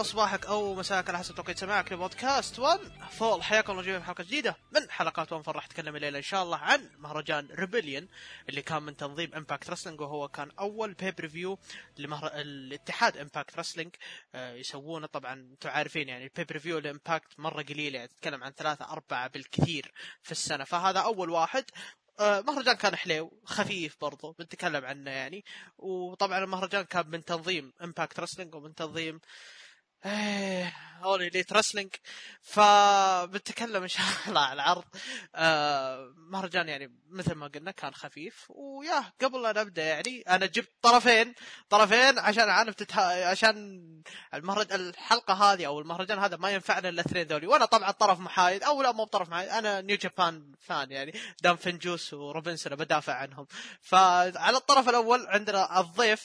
صباحك أو مساك على حسب توقيت سماعك لبودكاست ون فول. حياكم الله جميعا في حلقة جديدة من حلقات ون فول. راح نتكلم الليلة إن شاء الله عن مهرجان ريبليون اللي كان من تنظيم إمباكت رسلينج، وهو كان أول بيبريفيو الاتحاد إمباكت رسلينج يسوونه. طبعا أنتم عارفين يعني البيبريفيو لإمباكت مرة قليل، يعني تتكلم عن 3-4 بالكثير في السنة، فهذا أول واحد. مهرجان كان حليو خفيف برضو بنتكلم عنه يعني. وطبعا المهرجان كان من تنظيم إمباكت رسلينج ومن تنظيم هولي ليت رسلينج، فبنتكلم ان شاء الله على العرض. مهرجان يعني مثل ما قلنا كان خفيف. وياه قبل لا نبدا يعني انا جبت طرفين عشان اعرف عشان الحلقه هذه او المهرجان هذا ما ينفعنا الاثنين ذولي، وانا طبعا طرف محايد او لا مو طرف محايد، انا نيو جابان فان يعني، دام فنجوس وروبنسون بدافع عنهم. فعلى الطرف الاول عندنا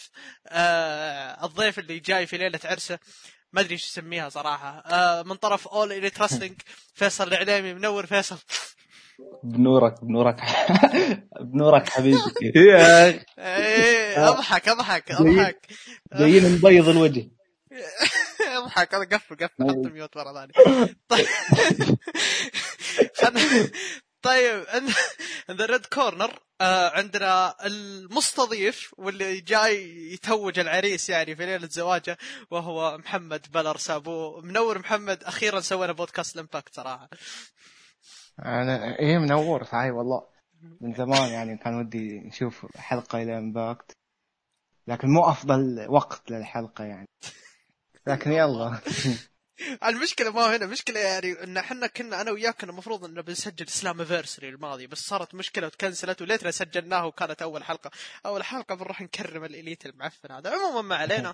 الضيف اللي جاي في ليله عرسه، ما ادري ايش اسميها صراحه، من طرف اول اليت رسلينج، فيصل العليمي. منور فيصل. بنورك بنورك حبيبي. اضحك جايين نبيض الوجه. اضحك. انا قفل حط ميوت مره ثانيه. طيب عند الريد كورنر عندنا المستضيف واللي جاي يتوج العريس يعني في ليلة زواجه، وهو محمد بلر سابو. منور محمد، أخيرا سوينا بودكاست الإمباكت صراحة. أنا منور صحيح والله، من زمان يعني كان ودي نشوف حلقة إلى إمباكت، لكن مو أفضل وقت للحلقة يعني، لكن يلا. المشكلة ما هنا مشكلة يعني ان احنا كنا انا وياك كنا المفروض ان بنسجل سلاميفرسري الماضي، بس صارت مشكلة وتكنسلت، وليتنا سجلناه وكانت اول حلقة بنروح نكرم الإليت المعفن هذا. عموما ما علينا.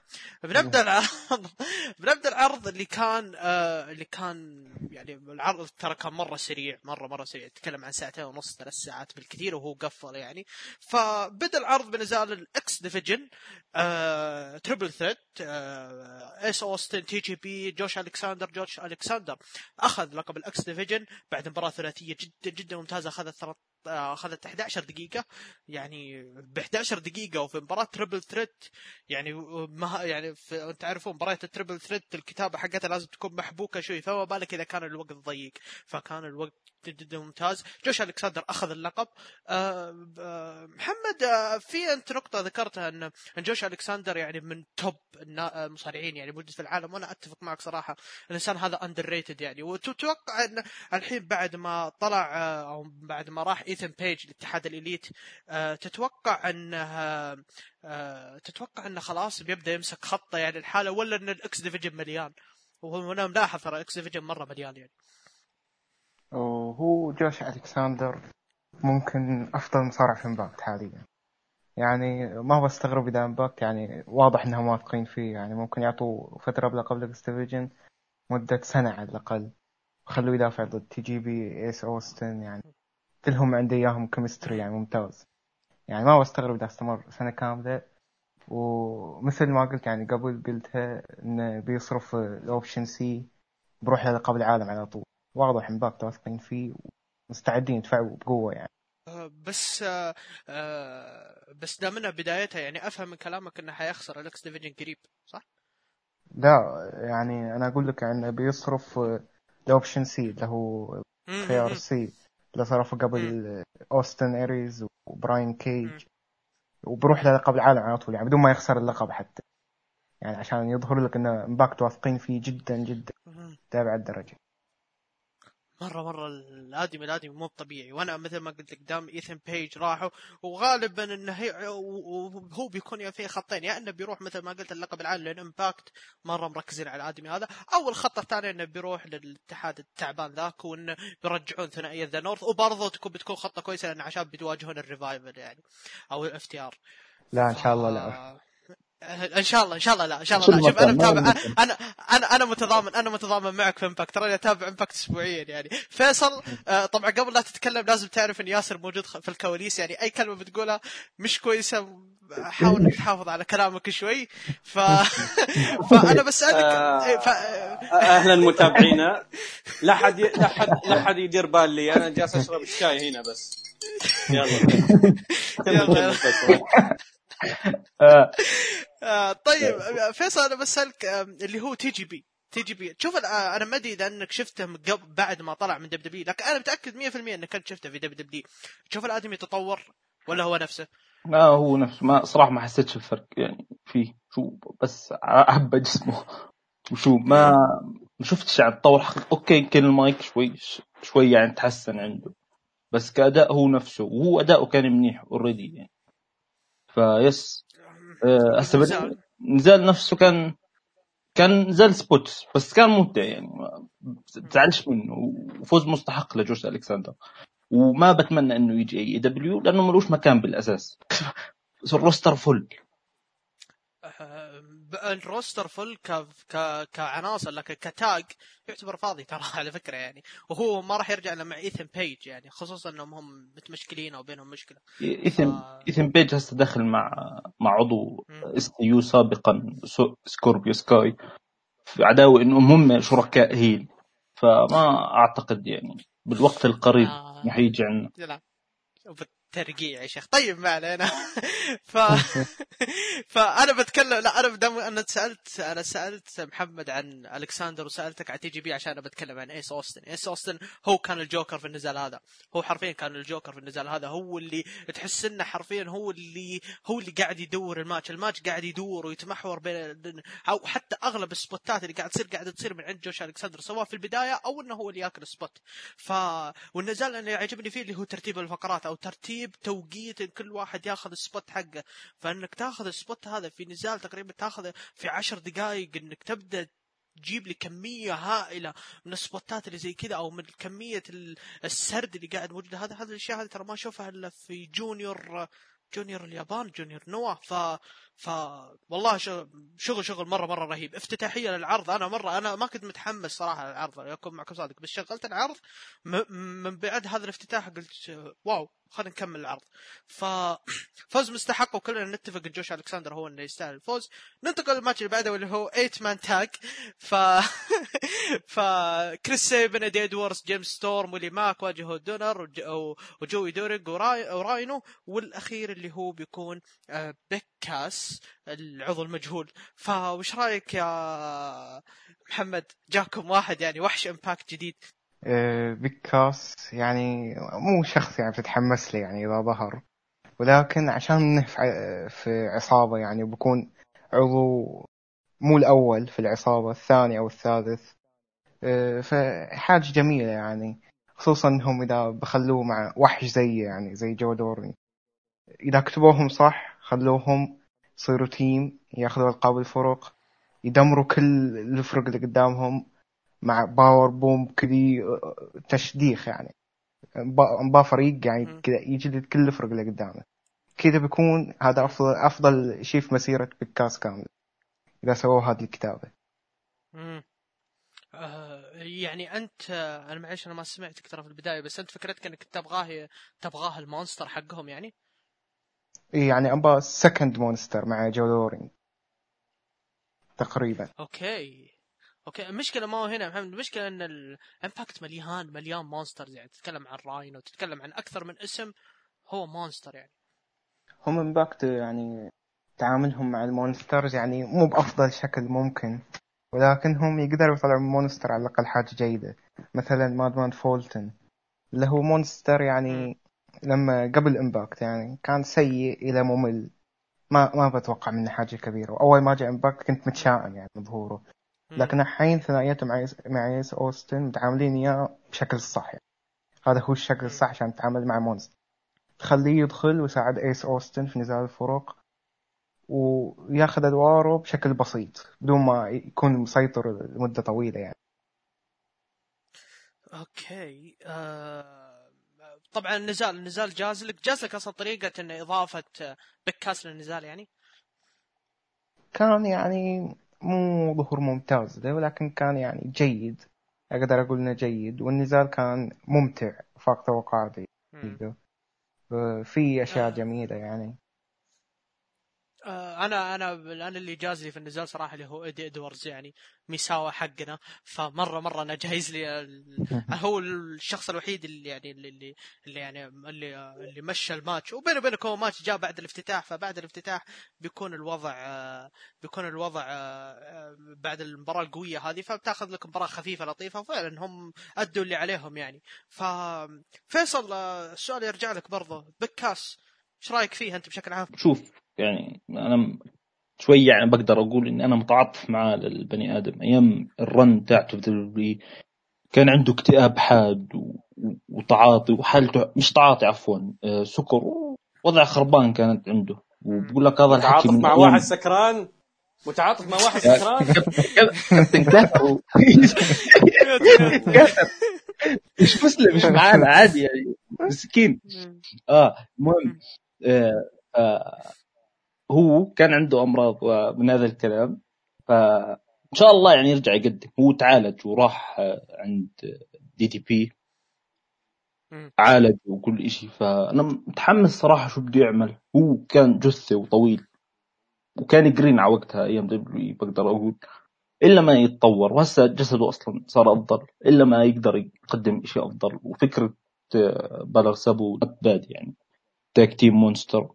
بنبدأ العرض اللي كان يعني العرض ترى كان مرة سريع، مرة سريع، تتكلم عن 2.5 3 ساعات بالكثير وهو قفل يعني. فبدأ العرض بنزال الاكس ديفيجن، تريبل ثريت، اس اوستن، تي جي بي، جوش ألكساندر أخذ لقب الأكس ديفيجن بعد مباراة ثلاثية جدا ممتازة. أخذت 11 دقيقة يعني، ب 11 دقيقة وفي مباراة تريبل ثريت يعني. أنت تعرفون مباراة التريبل ثريت الكتابة حقتها لازم تكون محبوكة شوي، فما بالك إذا كان الوقت ضيق، فكان الوقت جدا ممتاز. جوش ألكساندر أخذ اللقب. محمد، في أنت نقطة ذكرتها أن جوش ألكساندر يعني من توب المصارعين يعني موجود في العالم، وأنا أتفق معك صراحة. الإنسان هذا underrated يعني. وتتوقع أن الحين بعد ما طلع أو بعد ما راح إيثن بيج لاتحاد الإليت، تتوقع أنه خلاص بيبدأ يمسك خطة يعني الحالة، ولا أن الإكس ديفيجن مليان؟ وأنا ملاحظ ترى الإكس ديفيجن مرة مليان يعني. وهو جوش ألكساندر ممكن أفضل مصارع في إمباكت حاليا يعني، ما هو بستغرب إذا إمباكت يعني واضح إنهم واثقين فيه يعني، ممكن يعطوا فترة قبل الإكس ديفيجن مدة سنة على الأقل، وخلوه يدافع ضد تي جي بي، إيس أوستن يعني، كلهم عنده إياهم كيمستري يعني ممتاز يعني. ما بستغرب إذا استمر سنة كاملة. ومثل ما قلت يعني قبل قلتها إنه بيصرف الأوبشن سي، بروح للقب العالم على طول. واضح إمباكت واثقين فيه ومستعدين يدفعوا بقوة يعني. بس دامنا بدايتها يعني افهم من كلامك انه حيخسر الاكس ديفيجن قريب، صح؟ لا يعني انا اقول لك انه بيصرف الاوبشن سي اللي هو خيار سي اللي صرفه قبل اوستن اريز وبراين كيج، وبروح للقب العالم على طول يعني بدون ما يخسر اللقب حتى يعني، عشان يظهر لك انه امباكت واثقين فيه جدا جدا تابع الدرجة. مرة الآدمي مو طبيعي. وأنا مثل ما قلت لك دام إيثن بيج راحوا، وغالبا إنه هو بيكون فيه خطين، يا إنه بيروح مثل ما قلت اللقب العالي لأن إمباكت مرة مركزين على الآدمي هذا، أو الخطة الثانية إنه بيروح للاتحاد التعبان ذاك وإنه بيرجعون ثنائية ذا نورث، وبرضه بتكون خطة كويسة لأن عشان بتواجهون الريفايفل يعني أو الاف تي ار. لا إن شاء الله لا، ان شاء الله لا. شوف انا متابع، انا متضامن معك في امباكت، ترى اتابع امباكت اسبوعيا يعني. فيصل، طبعا قبل لا تتكلم لازم تعرف ان ياسر موجود في الكواليس يعني، اي كلمه بتقولها مش كويسه حاول انك تحافظ على كلامك شوي. فانا بسالك اهلا متابعينا، لا حد يدير بال لي، انا جالس اشرب الشاي هنا بس. يلا طيب فيصل، انا بسألك اللي هو تي جي بي تي جي بي. شوف انا ما ادري اذا انك شفته قبل بعد ما طلع من دبليو، لكن انا متاكد 100% انك كنت شفته في دبليو. تشوف الادمي يتطور ولا هو نفسه؟ لا هو نفسه، ما صراحة ما حسيتش الفرق يعني فيه، شو بس أحب جسمه وشو ما شفتش يعني تطور حقيقي. أوكي يمكن المايك شوي يعني تحسن عنده، بس كأداء هو نفسه، وهو أداؤه كان منيح اوريدي يعني. فيس هسه نزال نفسه كان نزال سبوت، بس كان ممتع يعني، ما بتزعلش منه، وفوز مستحق لجوش ألكساندر. وما بتمنى انه يجي اي دبليو لانه ملوش مكان بالاساس. الروستر فل، الروستر فل كعناصر، لكن كتاج يعتبر فاضي ترى على فكره يعني. وهو ما راح يرجع مع ايثن بيج يعني، خصوصا انهم هم متمشكلين او بينهم مشكله. ايثن بيج هسه دخل مع عضو اس يو سابقا سكوربيو سكاي في عداوه انهم هم شركاء هيل، فما اعتقد يعني بالوقت القريب راح يجي عنا. لا ترقيع يا شيخ. طيب ما علينا. فانا بتكلم، لا انا بدم انا سالت محمد عن الكساندر وسالتك عن تي جي بي عشان انا بتكلم عن ايس اوستن. هو كان الجوكر في النزال هذا، هو حرفيا كان الجوكر في النزال هذا. هو اللي تحس انه حرفيا هو اللي قاعد يدور الماتش قاعد يدور ويتمحور بين، او حتى اغلب السبوتات اللي قاعد تصير من عند جوش الكساندر، سواء في البدايه او انه هو اللي ياكل السبوت. والنزال اللي يعجبني فيه اللي هو ترتيب الفقرات او ترتيب توقيت كل واحد ياخذ السبوت حقه. فانك تاخذ السبوت هذا في نزال تقريبا تاخذه في 10 دقائق، انك تبدا تجيب لي كميه هائله من السبوتات اللي زي كذا، او من كميه السرد اللي قاعد موجود. هذا الاشياء هذه ترى ما اشوفها الا في جونيور اليابان، جونيور نوا. والله شغل مره رهيب. افتتاحيه للعرض، انا ما كنت متحمس صراحه للعرض اكون معكم صادق، بس شغلت العرض من بعد هذا الافتتاح قلت واو خلينا نكمل العرض. فوز مستحق وكلنا نتفق ان جوش الكساندر هو اللي يستاهل الفوز. ننتقل للماتش اللي بعده واللي هو 8 مان تاج. كريس سيبن، ادي ادوارز، جيمس ستورم، واللي ماك واجهوا دونر وجوي دوريج وراينو، والاخير اللي هو بيكون بيكاس العضو المجهول. فوش رايك يا محمد؟ جاكم واحد يعني وحش امباكت جديد. بيكاس يعني مو شخص يعني بتتحمس لي يعني إذا ظهر، ولكن عشان في عصابة يعني بكون عضو مو الأول في العصابة، الثاني أو الثالث. فحاجة جميلة يعني، خصوصا إنهم إذا بخلوه مع وحش زي يعني زي جو دوري، إذا كتبوهم صح خلوهم يصيروا تيم ياخذوا ألقاب الفرق، يدمروا كل الفرق اللي قدامهم مع باور بوم كذي تشديخ يعني. انبا فريق يعني كذا يجلد كل الفرق اللي قدامه. كذا بيكون هذا أفضل شيء في مسيرة بيكاس كامل إذا سووا هذه الكتابة. يعني أنت أنا معلش أنا ما سمعتك ترى في البداية، بس أنت فكرتك أنك تبغاه المونستر حقهم يعني؟ يعني أبغى سكند مونستر مع جو دورين تقريبا. أوكي المشكلة ما هو هنا محمد، المشكلة أن الامباكت مليان مونسترز يعني. تتكلم عن راين وتتكلم عن أكثر من اسم هو مونستر يعني. هم امباكت يعني تعاملهم مع المونسترز يعني مو بأفضل شكل ممكن، ولكنهم يقدروا يطلعوا مونستر على الأقل حاجة جيدة. مثلا مادمان فولتن اللي هو مونستر يعني لما قبل امباكت يعني كان سيء إلى ممل، ما بتوقع منه حاجة كبيرة. وأول ما جاء امباكت كنت متشائم يعني بظهوره، لكن الحين ثنائيته مع ايس اوستن متعاملين اياه بشكل صح يعني. هذا هو الشكل الصح عشان تتعامل مع مونستر، تخليه يدخل ويساعد ايس اوستن في نزال الفرق وياخذ ادواره بشكل بسيط بدون ما يكون مسيطر لمدة طويلة يعني. اوكي طبعا النزال جاز لك اصلا طريقة ان اضافة بكاس للنزال يعني. كان يعني مو ظهور ممتاز له، ولكن كان يعني جيد، اقدر اقول انه جيد. والنزال كان ممتع فاق توقعاتي، في اشياء جميلة يعني. انا اللي جاز لي في النزال صراحه اللي هو ايدي ادواردز، يعني ميساوا حقنا. فمره انا جايز لي هو الشخص الوحيد اللي يعني اللي مشى الماتش. وبينه وبينك هو ماتش جاء بعد الافتتاح، فبعد الافتتاح بيكون الوضع بعد المباراه القويه هذه فبتاخذ لك مباراه خفيفه لطيفه. وفعلا هم ادوا اللي عليهم يعني. ففيصل السؤال يرجع لك برضه، بكاس ايش رايك فيه انت بشكل عام؟ شوف يعني انا شوي يعني بقدر اقول اني انا متعاطف مع البني ادم. ايام الرن تاعته في كان عنده اكتئاب حاد وتعاطي، وحالته مش تعاطي عفوا، سكر، وضع خربان كانت عنده. وبقول لك هذا الحكي متعاطف من مع ايام واحد سكران، متعاطف مع واحد سكران. كابتن كلاتر كلاتر مش مسلم، مش معانا عادي يعني، مسكين. المهم هو كان عنده امراض ومن هذا الكلام، فان شاء الله يعني يرجع يقدم. هو تعالج وراح عند DDP عالج وكل إشي. فأنا متحمس صراحة شو بده يعمل. هو كان جثة وطويل وكان جرين على وقتها أيام دبليو، بقدر أقول إلا ما يتطور. وهسه جسده أصلا صار أفضل، إلا ما يقدر يقدم إشي أفضل. وفكرة بالغ سابو نباد يعني تاك تيم مونستر.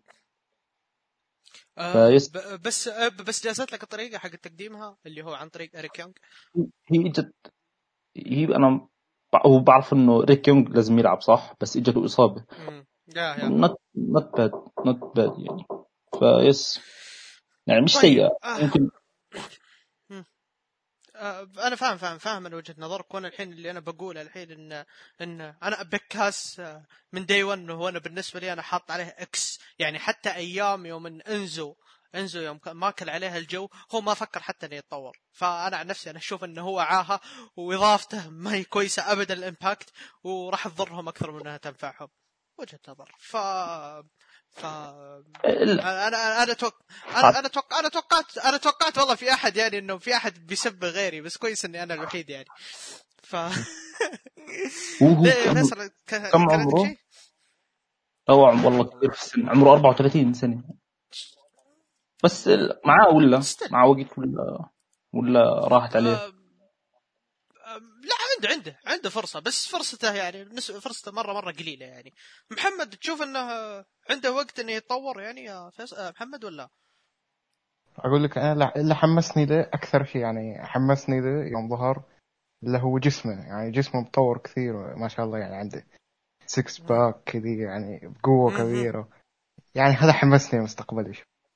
بس جازت لك الطريقه حق تقديمها اللي هو عن طريق إريك يونغ. هي اجت، هي أنا هو بعرف إنه ريك يونغ لازم يلعب صح، بس اجته إصابة. not bad يعني. فيس يعني مش طيب سيئة يمكن. انا فاهم من وجهة نظرك. وانا الحين اللي انا بقوله الحين ان انا بكاس من داي 1 هو انا بالنسبه لي انا حاط عليه اكس. يعني حتى ايام يوم ان انزو يوم ماكل عليها الجو هو ما فكر حتى انه يتطور. فانا عن نفسي انا اشوف انه هو عاهه واضافته ما هي كويسه ابدا الامباكت، وراح تضرهم اكثر من انها تنفعهم. وجهة نظر. انا توقعت والله في احد يعني انه في احد بيسب غيري، بس كويس اني انا الوحيد يعني. ليه فيصل كم كان عندك عمره؟ شيء؟ والله كثير في السن، عمره 34 سنة بس. معاه ولا مع وقت ولا راحت عليه؟ لا عنده فرصة، بس فرصته يعني فرصته مرة قليلة يعني. محمد تشوف انه عنده وقت انه يتطور يعني يا محمد ولا؟ اقول لك انا اللي حمسني له اكثر شيء، يعني حمسني له يوم ظهر، اللي هو جسمه. يعني جسمه متطور كثير ما شاء الله، يعني عنده 6 باك كذي، يعني بقوة كبيرة. يعني هذا حمسني مستقبلي.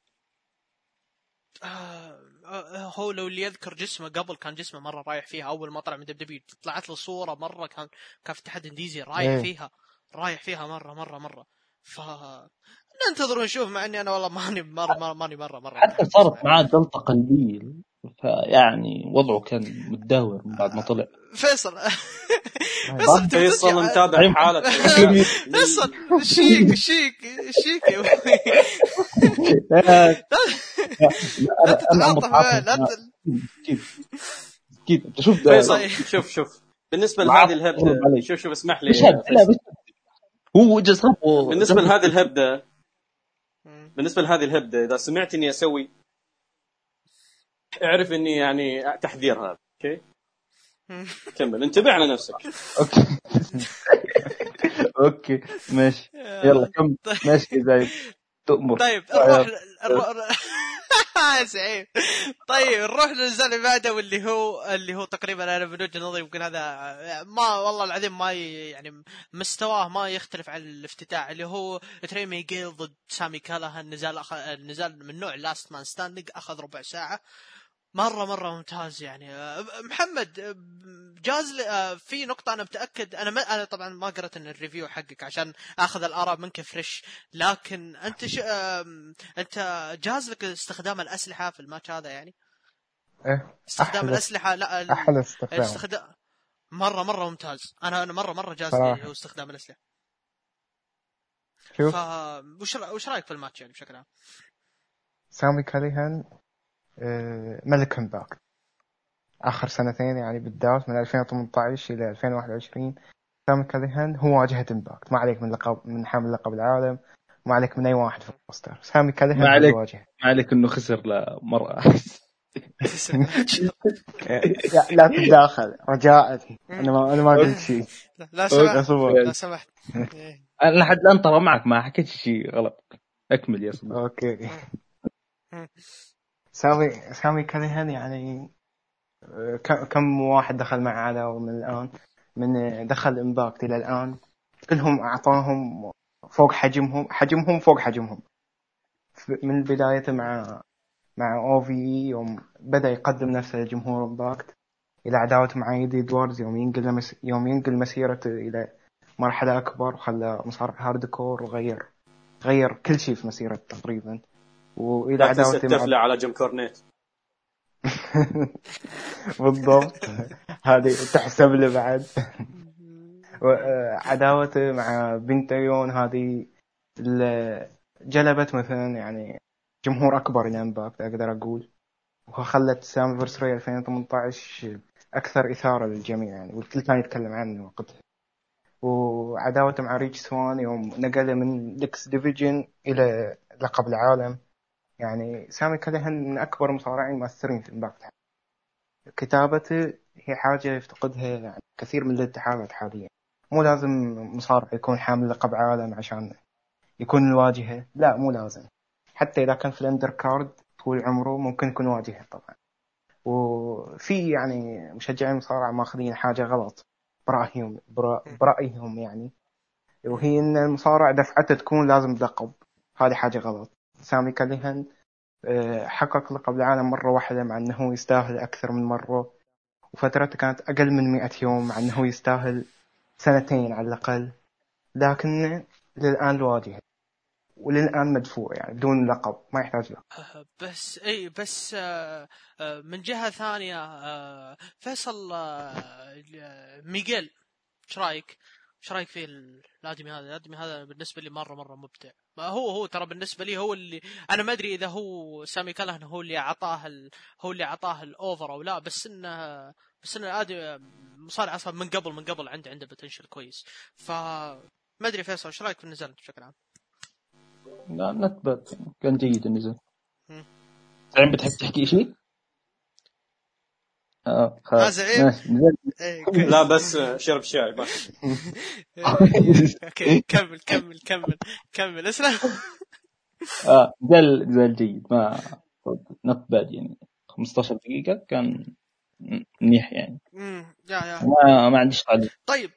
هو لو اللي يذكر جسمه قبل كان جسمه مرة رايح فيها. أول ما طلع من دبليو طلعت له صورة مرة كان في اتحاد انديزي رايح فيها مرة. ننتظر ونشوف. مع اني انا والله ماني مرة حتى متحمس صارت معاه جلطة قلبية، فيعني وضعه كان متدهور من بعد ما طلع. فيصل فيصل متابع حالته. فيصل شيك يا لا تتعاطف لا كيف شوف فيصل، شوف بالنسبة لهذه الهبدة، شوف اسمح لي فيصل. هو جسمه بالنسبة لهذه الهبدة إذا سمعتني أسوي، اعرف إني يعني تحذير هذا. أوكي كمل، انتبه على نفسك. اوكي ماشي، يلا كم ماشي زي تؤمر. طيب نروح سعيد. طيب نروح للنزال اللي بعده، واللي هو تقريبا انا من وجهة نظري يمكن هذا ما والله العظيم ما يعني مستواه ما يختلف عن الافتتاح، اللي هو تري ميغيل ضد سامي كالاها. النزال من نوع لاست مان ستاندينج، اخذ ربع ساعة. مرة ممتاز يعني. محمد جاز في نقطة أنا متأكد، أنا طبعا ما قرأت إن الريفيو حقك عشان أخذ الآراء منك فريش، لكن أنت أنت جاز لك استخدام الأسلحة في الماتش هذا يعني؟ إيه استخدام الأسلحة لا أحلى استخدام. مرة ممتاز. أنا مرة جاز لي هو استخدام الأسلحة. شوف وش رأيك في الماتش يعني بشكل عام؟ سامي كاليهان ملك امباكت آخر سنتين يعني، بالذات من 2018 إلى 2021. سامي كاليهان هو واجهة امباكت، ما عليك من حامل لقب العالم، ما عليك من اي واحد في الروستر. سامي كاليهان ما عليك الواجهه. ما عليك انه خسر لمرة. لا تتداخل رجاء. انا ما قلت شيء. لا سمحت أصبر. لا سمحت. انا لحد الان ترى معك ما حكيت شيء غلط. اكمل يا صديقي. اوكي. سامي كاليهان يعني كم واحد دخل مع عداوة من الآن، من دخل امباكت إلى الآن كلهم أعطاهم فوق حجمهم فوق حجمهم. من بدايته مع OVE يوم بدأ يقدم نفسه لجمهور امباكت، إلى عداوته مع ايدي دواردز يوم ينقل مسيرته إلى مرحلة أكبر وخلى مصارع هاردكور غير كل شيء في مسيرته تقريبا. وإلى لا تنسى عداوته التفلة على جيم كورنيت. بالضبط. هذه تحسب له بعد. عداوته مع بنتيون هذه اللي جلبت مثلا يعني جمهور أكبر لإمباكت أقدر أقول، وخلت سامي فيرسري 2018 أكثر إثارة للجميع يعني، والكل كان يتكلم عنه وقتها. وعداوته مع ريتش سوان يوم نقله من لكس ديفيجن إلى لقب العالم. يعني سامي كاليهان من أكبر مصارعين مؤثرين في إمباكت. كتابته هي حاجة يفتقدها يعني كثير من الاتحادات حاليا. مو لازم مصارع يكون حامل لقب عالم عشان يكون الواجهة، لا مو لازم. حتى إذا كان في الأندر كارد طول عمره ممكن يكون واجهة طبعا. وفي يعني مشجعين مصارعة ماخذين حاجة غلط برأيهم يعني، وهي إن المصارع دفعته تكون لازم لقب. هذه حاجة غلط. سامي كاليهان حقق لقب العالم مرة واحدة مع أنه يستاهل أكثر من مرة، وفترته كانت أقل من 100 يوم مع أنه يستاهل 2 على الأقل. لكن للآن الواجهة وللآن مدفوع يعني بدون لقب، ما يحتاج لقب. بس من جهة ثانية فيصل ميغيل ايش رايك في الادمي هذا بالنسبه لي مره مبدع. هو ترى بالنسبه لي هو اللي انا ما ادري اذا هو سامي كالهن هو اللي اعطاه الاوفر او لا، بس انه الادمي مصارع اصلا من قبل عنده بوتنشل كويس. ما ادري فيصل ايش رايك في النزال بشكل عام؟ لا نتبت يعني. كان جيد النزال. زعيم بتحب تحكي شيء؟ زعيم. لا بس شرب شاي بس. اوكي كمل اسلام. نزال جيد، ما not bad يعني. 15 دقيقة كان منيح يعني. ما عنديش تعليق.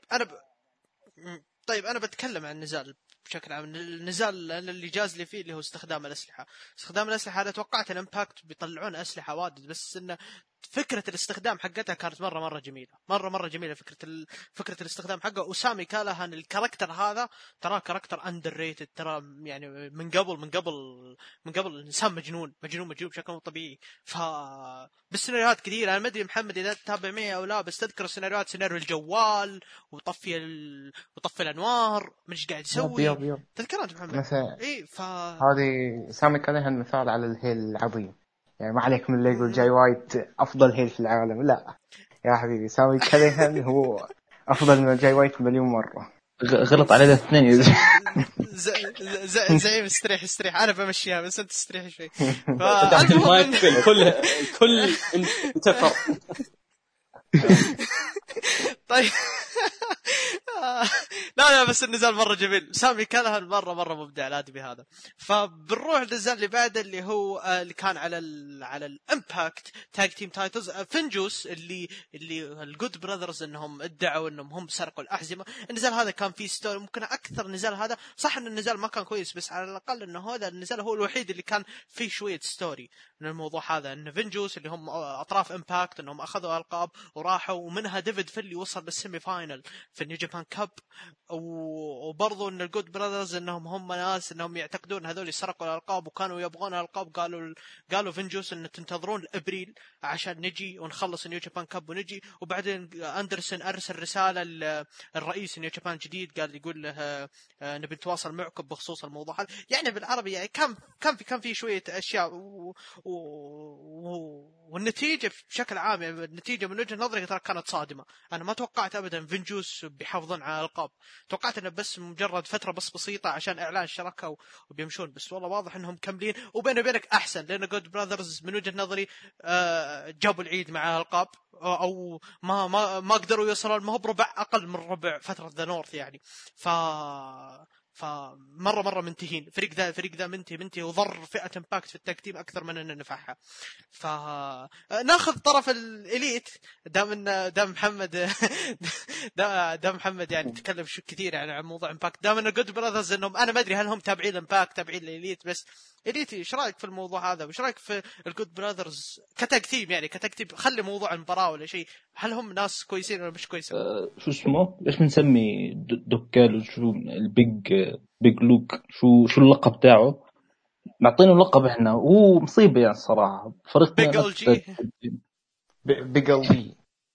طيب انا بتكلم عن النزال بشكل عام. النزال اللي جاز لي فيه اللي هو استخدام الاسلحه انا توقعت الامباكت بيطلعون اسلحه واجد، بس انه فكره الاستخدام حقتها كانت مره جميله، مره جميله. فكره الاستخدام حقه. وسامي كالهان الكاركتر هذا ترى كاركتر اندر ريتد، ترى يعني من قبل انسان مجنون بشكل مو طبيعي. بالسيناريوهات كثيره، انا ما ادري محمد اذا تتابع معي او لا، بس تذكر سيناريو الجوال وطفي الانوار من ايش قاعد يسوي. تذكرت محمد مثلا هذه سامي كاليهان مثال على الهيل العظيم يعني. ما عليك من اللي يقول جاي وايت افضل هيل في العالم، لا يا حبيبي سامي كاليهان هو افضل من جاي وايت مليون مره. غلط علينا اثنين. زعيم استريح انا بمشيها بس انت استريح شوي. فتحت المايك الكل انتفر. طيب لا بس النزال مرة جميل. سامي كالهان مرة مبدع الادمي هذا. فبنروح للنزال اللي بعده اللي هو اللي كان على الامباكت تاج تيم تايتلز. فنجوس اللي الجود براذرز انهم ادعوا انهم هم سرقوا الاحزمة. النزال هذا كان فيه ستوري، ممكن اكثر نزال هذا صح ان النزال ما كان كويس، بس على الاقل انه هذا النزال هو الوحيد اللي كان فيه شوية ستوري من الموضوع هذا. ان فنجوس اللي هم اطراف امباكت انهم اخذوا القاب وراحوا، ومنها ديفيد فيلي وصل للسيمي فاينل في النيو جابان كاب. وبرضو ان الجود براذرز انهم ناس انهم يعتقدون هذول سرقوا الالقاب وكانوا يبغون الالقاب. قالوا فينجوس ان تنتظرون ابريل عشان نجي ونخلص النيو جابان كاب ونجي. وبعدين اندرسون ارسل رساله للرئيس النيو جابان جديد، قال يقول له نبي نتواصل معكم بخصوص الموضوع هذا. يعني بالعربي يعني كان في شويه اشياء والنتيجه بشكل عام يعني النتيجه من وجهه نظري ترى كانت صادمه. انا ما توقعت ابدا فينجوس بيحافظون على الالقاب، توقعت انه بس مجرد فتره بس بسيطه عشان اعلان الشراكه وبيمشون، بس والله واضح انهم مكملين. وبيني وبينك احسن، لان جود براذرز من وجهه نظري جابوا العيد مع الالقاب، او ما قدروا يوصلون، ما هو بربع، اقل من ربع فتره ذا نورث يعني. فمره منتهين. فريق ذا منتهي وضر فئه امباكت في التكتيم اكثر من انه نفعها. فناخذ طرف الاليت دام محمد دام محمد يعني تكلم شو كثير يعني عن موضوع امباكت. دام انه جود براذرز انهم انا ما ادري هل هم تابعين الامباكت تابعين الاليت، بس اليت ايش رايك في الموضوع هذا؟ وش رايك في الجود براذرز كتكتيم يعني كتكتيم؟ خلي موضوع المباراه ولا شيء، هل هم ناس كويسين ولا مش كويسين؟ شو اسمه ليش بنسمي دوكال شو بيج لوك شو اللقب تاعه؟ معطينه لقب احنا هو مصيبه يعني الصراحه. فريقنا بيج ال جي بيج ال جي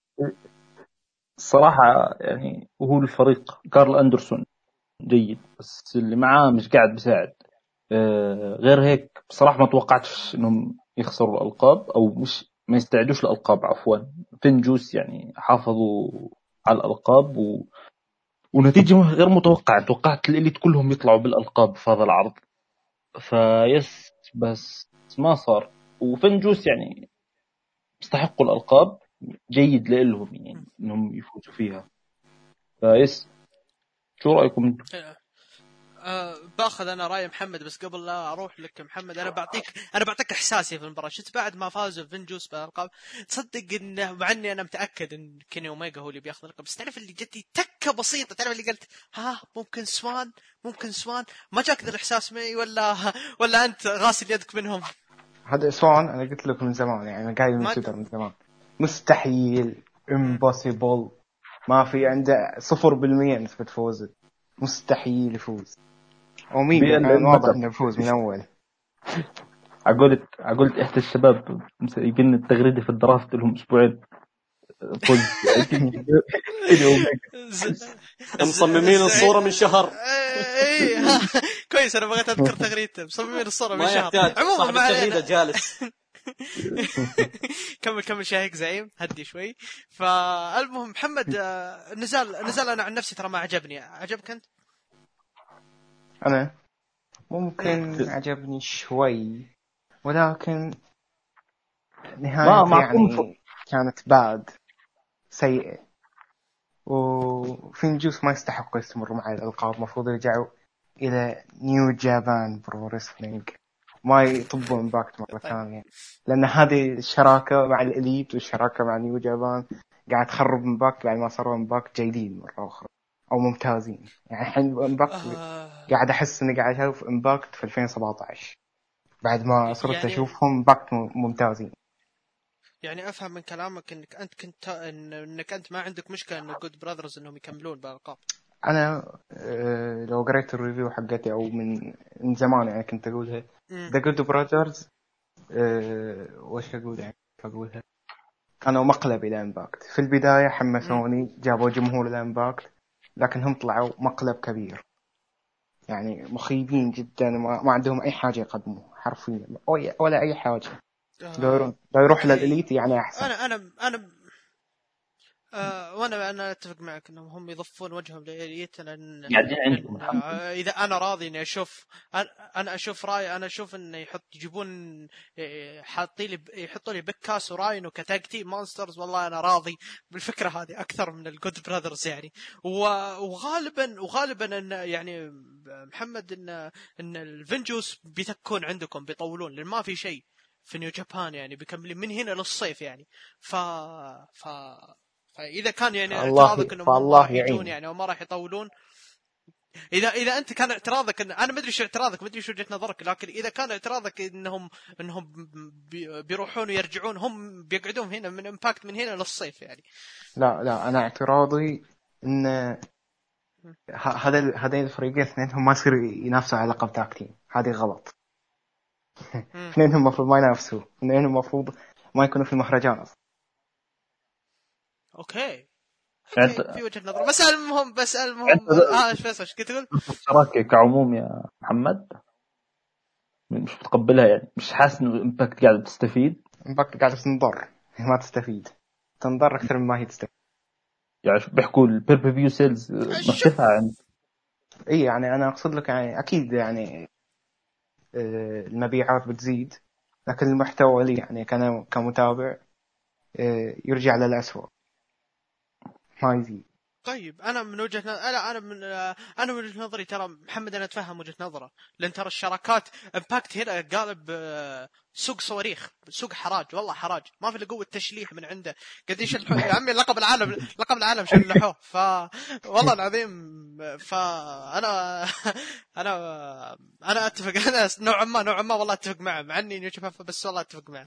الصراحه يعني. وهو الفريق كارل أندرسون جيد، بس اللي معاه مش قاعد بيساعد. غير هيك بصراحه ما توقعتش انهم يخسروا الالقاب، او مش ما يستعدوش للالقاب عفوا. فينجوس يعني حافظوا على الالقاب ونتيجه غير متوقعه. توقعت الإليت كلهم يطلعوا بالالقاب في هذا العرض، فيس بس ما صار. وفنجوس يعني يستحقوا الألقاب، جيد لهم يعني إنهم يفوزوا فيها. فيس شو رأيكم انتم؟ باخذ انا راي محمد، بس قبل لا اروح لك محمد انا بعطيك احساسي في المباراه. شفت بعد ما فازوا فينجوس بالالقاب، تصدق انه مع اني انا متاكد ان كيني اوميجا هو اللي بياخذ اللقب، بس تعرف اللي جتني تكه بسيطه، تعرف اللي قلت ممكن سوان ما جاك ذا الاحساس معي ولا انت غاسل يدك منهم؟ هذا سوان انا قلت لكم من زمان يعني، انا قاعد من تويتر من زمان، مستحيل impossible، ما في عنده 0% نسبة فوز، مستحيل يفوز. اوميجا كان واضح انه يفوز من اول. عقلت احدى الشباب يجينا التغريده في الدرافت لهم اسبوعين فوز. مصممين الصوره من شهر. كويس، انا بغيت اذكر تغريدته مصممين الصوره من شهر. عموما ما التغريده جالس. كمل شاهق زعيم، هدي شوي. فالمهم محمد، نزال انا عن نفسي ترى ما عجبني. عجبك انت؟ انا ممكن عجبني شوي، ولكن نهاية يعني كانت باد سيئة، وفينجوس ما يستحق يستمر مع الألقاب. مفروض يرجعوا إلى نيو جابان برو ريسلينج، ما يطبوا امباكت مرة ثانية، لأن هذه الشراكة مع الإليت والشراكة مع نيو جابان قاعد تخرب امباكت بعد ما صاروا امباكت جيدين مرة أخرى أو ممتازين. يعني الحين امباكت قاعد أحس إني قاعد أشوف امباكت في 2017 بعد ما صرت يعني أشوفهم امباكت ممتازين. يعني افهم من كلامك انك انت ما عندك مشكله ان جود براذرز انهم يكملون بالالقاب. انا لو قريت الريفيو حقتي او من زمان يعني كنت اقولها ذا جود براذرز وش اقول يعني اقولها كانوا مقلب الى امباكت. في البدايه حمسوني، جابوا جمهور الامباكت، لكن هم طلعوا مقلب كبير يعني، مخيبين جدا، ما عندهم اي حاجه يقدموها حرفيا ولا اي حاجه. لو يروح للإليت يعني أحسن. أنا وانا اتفق معك انهم هم يضفون وجههم للإليت، لان اذا انا راضي اني اشوف، انا اشوف راي، انا اشوف انه يجيبون يحطوا لي بكاس وراين وكتاج تيم مونسترز، والله انا راضي بالفكره هذه اكثر من الجود براذرز يعني. وغالبا ان يعني محمد ان الفينجوس بيتكون عندكم بيطولون، لان ما في شيء في نيو جابان يعني، بيكملين من هنا للصيف يعني. فإذا كان يعني اعتراضك انهم ما راح يجون يعني وما راح يطولون، اذا انت كان اعتراضك انا ما ادري شو اعتراضك، ما ادري شو وجهة نظرك، لكن اذا كان اعتراضك انهم بيروحون ويرجعون، هم بيقعدون هنا من امباكت من هنا للصيف يعني. لا انا اعتراضي ان هذين الفريقين اثنينهم ما يصير ينافسوا على لقب تاك تيم، هذه غلط. اثنينهم المفروض ما ينافسوا، اثنينهم المفروض ما يكونوا في المهرجان اصلا. اوكي في وجهة نظر. بسأل المهم ايش فيصل ايش كنت تقول؟ الشراكة كعموم يا محمد مش متقبلها يعني، مش حاسس انه امباكت قاعد تستفيد. امباكت قاعدة تنضر ما تستفيد، تنضر أكثر مما هي تستفيد. يعني شو بيحكوا البيربيفيو سيلز مرتفعة يعني. اي يعني انا اقصد لك يعني اكيد يعني المبيعات بتزيد، لكن المحتوى لي يعني كمتابع يرجع للأسوأ ما يزيد. طيب انا من وجهه انا من وجهه نظري ترى محمد انا اتفهم وجهه نظره، لان ترى الشراكات امباكت هنا قالب سوق صواريخ، سوق حراج، والله حراج، ما في الا قوه تشليح من عنده. قد يشلحوا يا عمي لقب العالم شلحوه. والله العظيم. فانا انا اتفق، انا نوعا ما والله اتفق معه، مع اني نشوفه بس والله اتفق معه.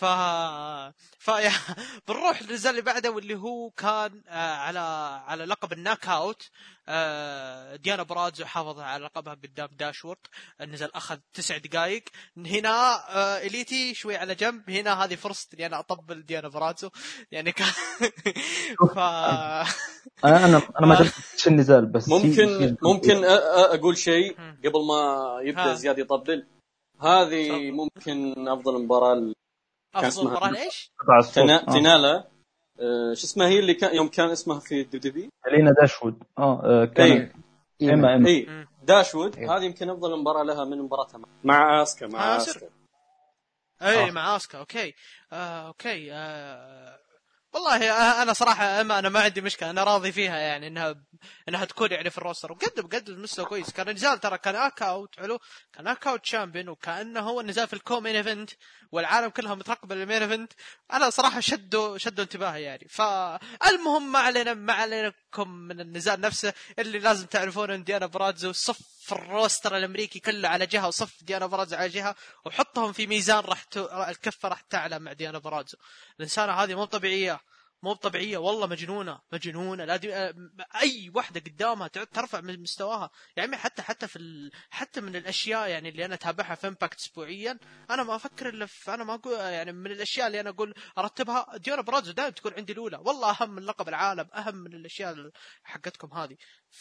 بنروح للنزال اللي بعده، واللي هو كان على لقب الناك اوت. ديانا برادزو حافظ على لقبها قدام داشورت. النزال اخذ 9 دقائق. هنا اليتي شوي على جنب، هنا هذه فرصتي اني انا اطبل ديانا برادزو يعني ف انا ما شفتش النزال، بس ممكن اقول شيء قبل ما يبدا زياد يطبل. هذه ممكن افضل مباراه. افضل مباراه ليش تنالا شو اسمها هي اللي كان يوم كان اسمها في الدبليو لينا داشوود كان اي داشوود. هذه يمكن افضل مباراه لها من مباراتها مع اسكا اي مع اسكا. اوكي اوكي والله انا صراحه انا ما عندي مشكله، انا راضي فيها يعني انها تكون يعني في الروستر، وقدم المستوى كويس. كان النزال ترى كان اكاوت حلو، كان اكاوت شامبيون، وكانه هو النزال في الكومين ايفنت والعالم كلها مترقبه للمين ايفنت. انا صراحه شدوا انتباهي يعني. فالمهم ما عليكم من النزال نفسه، اللي لازم تعرفون ان ديانا برادزو صف الروستر الامريكي كله على جهه، وصف ديانا برادزو على جهه، وحطهم في ميزان الكفه راح تعلى مع ديانا برادزو. الانسانه هذه مو طبيعيه والله، مجنونه لا اي واحده قدامها ترفع من مستواها يعني. حتى من الاشياء يعني اللي انا اتابعها في امباكت اسبوعيا، انا ما افكر الا انا ما اقول يعني من الاشياء اللي انا اقول ارتبها ديانا برادزو دائما تكون عندي الاولى، والله اهم من لقب العالم، اهم من الاشياء حقتكم هذه.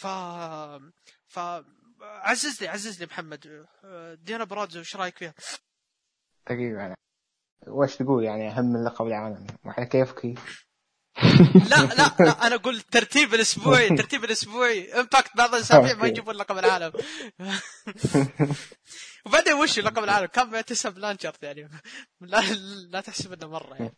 عزز لي محمد، ديانا برادزو ايش رايك فيها؟ تقريبا وش تقول يعني أهم من لقب العالم وإحنا كيف لا انا اقول الترتيب الاسبوعي امباكت بعض الاسابيع ما يجيبون لقب العالم. وبعدين وش لقب العالم كان بيتسب لانشارت يعني، لا تحسب انه مره يعني.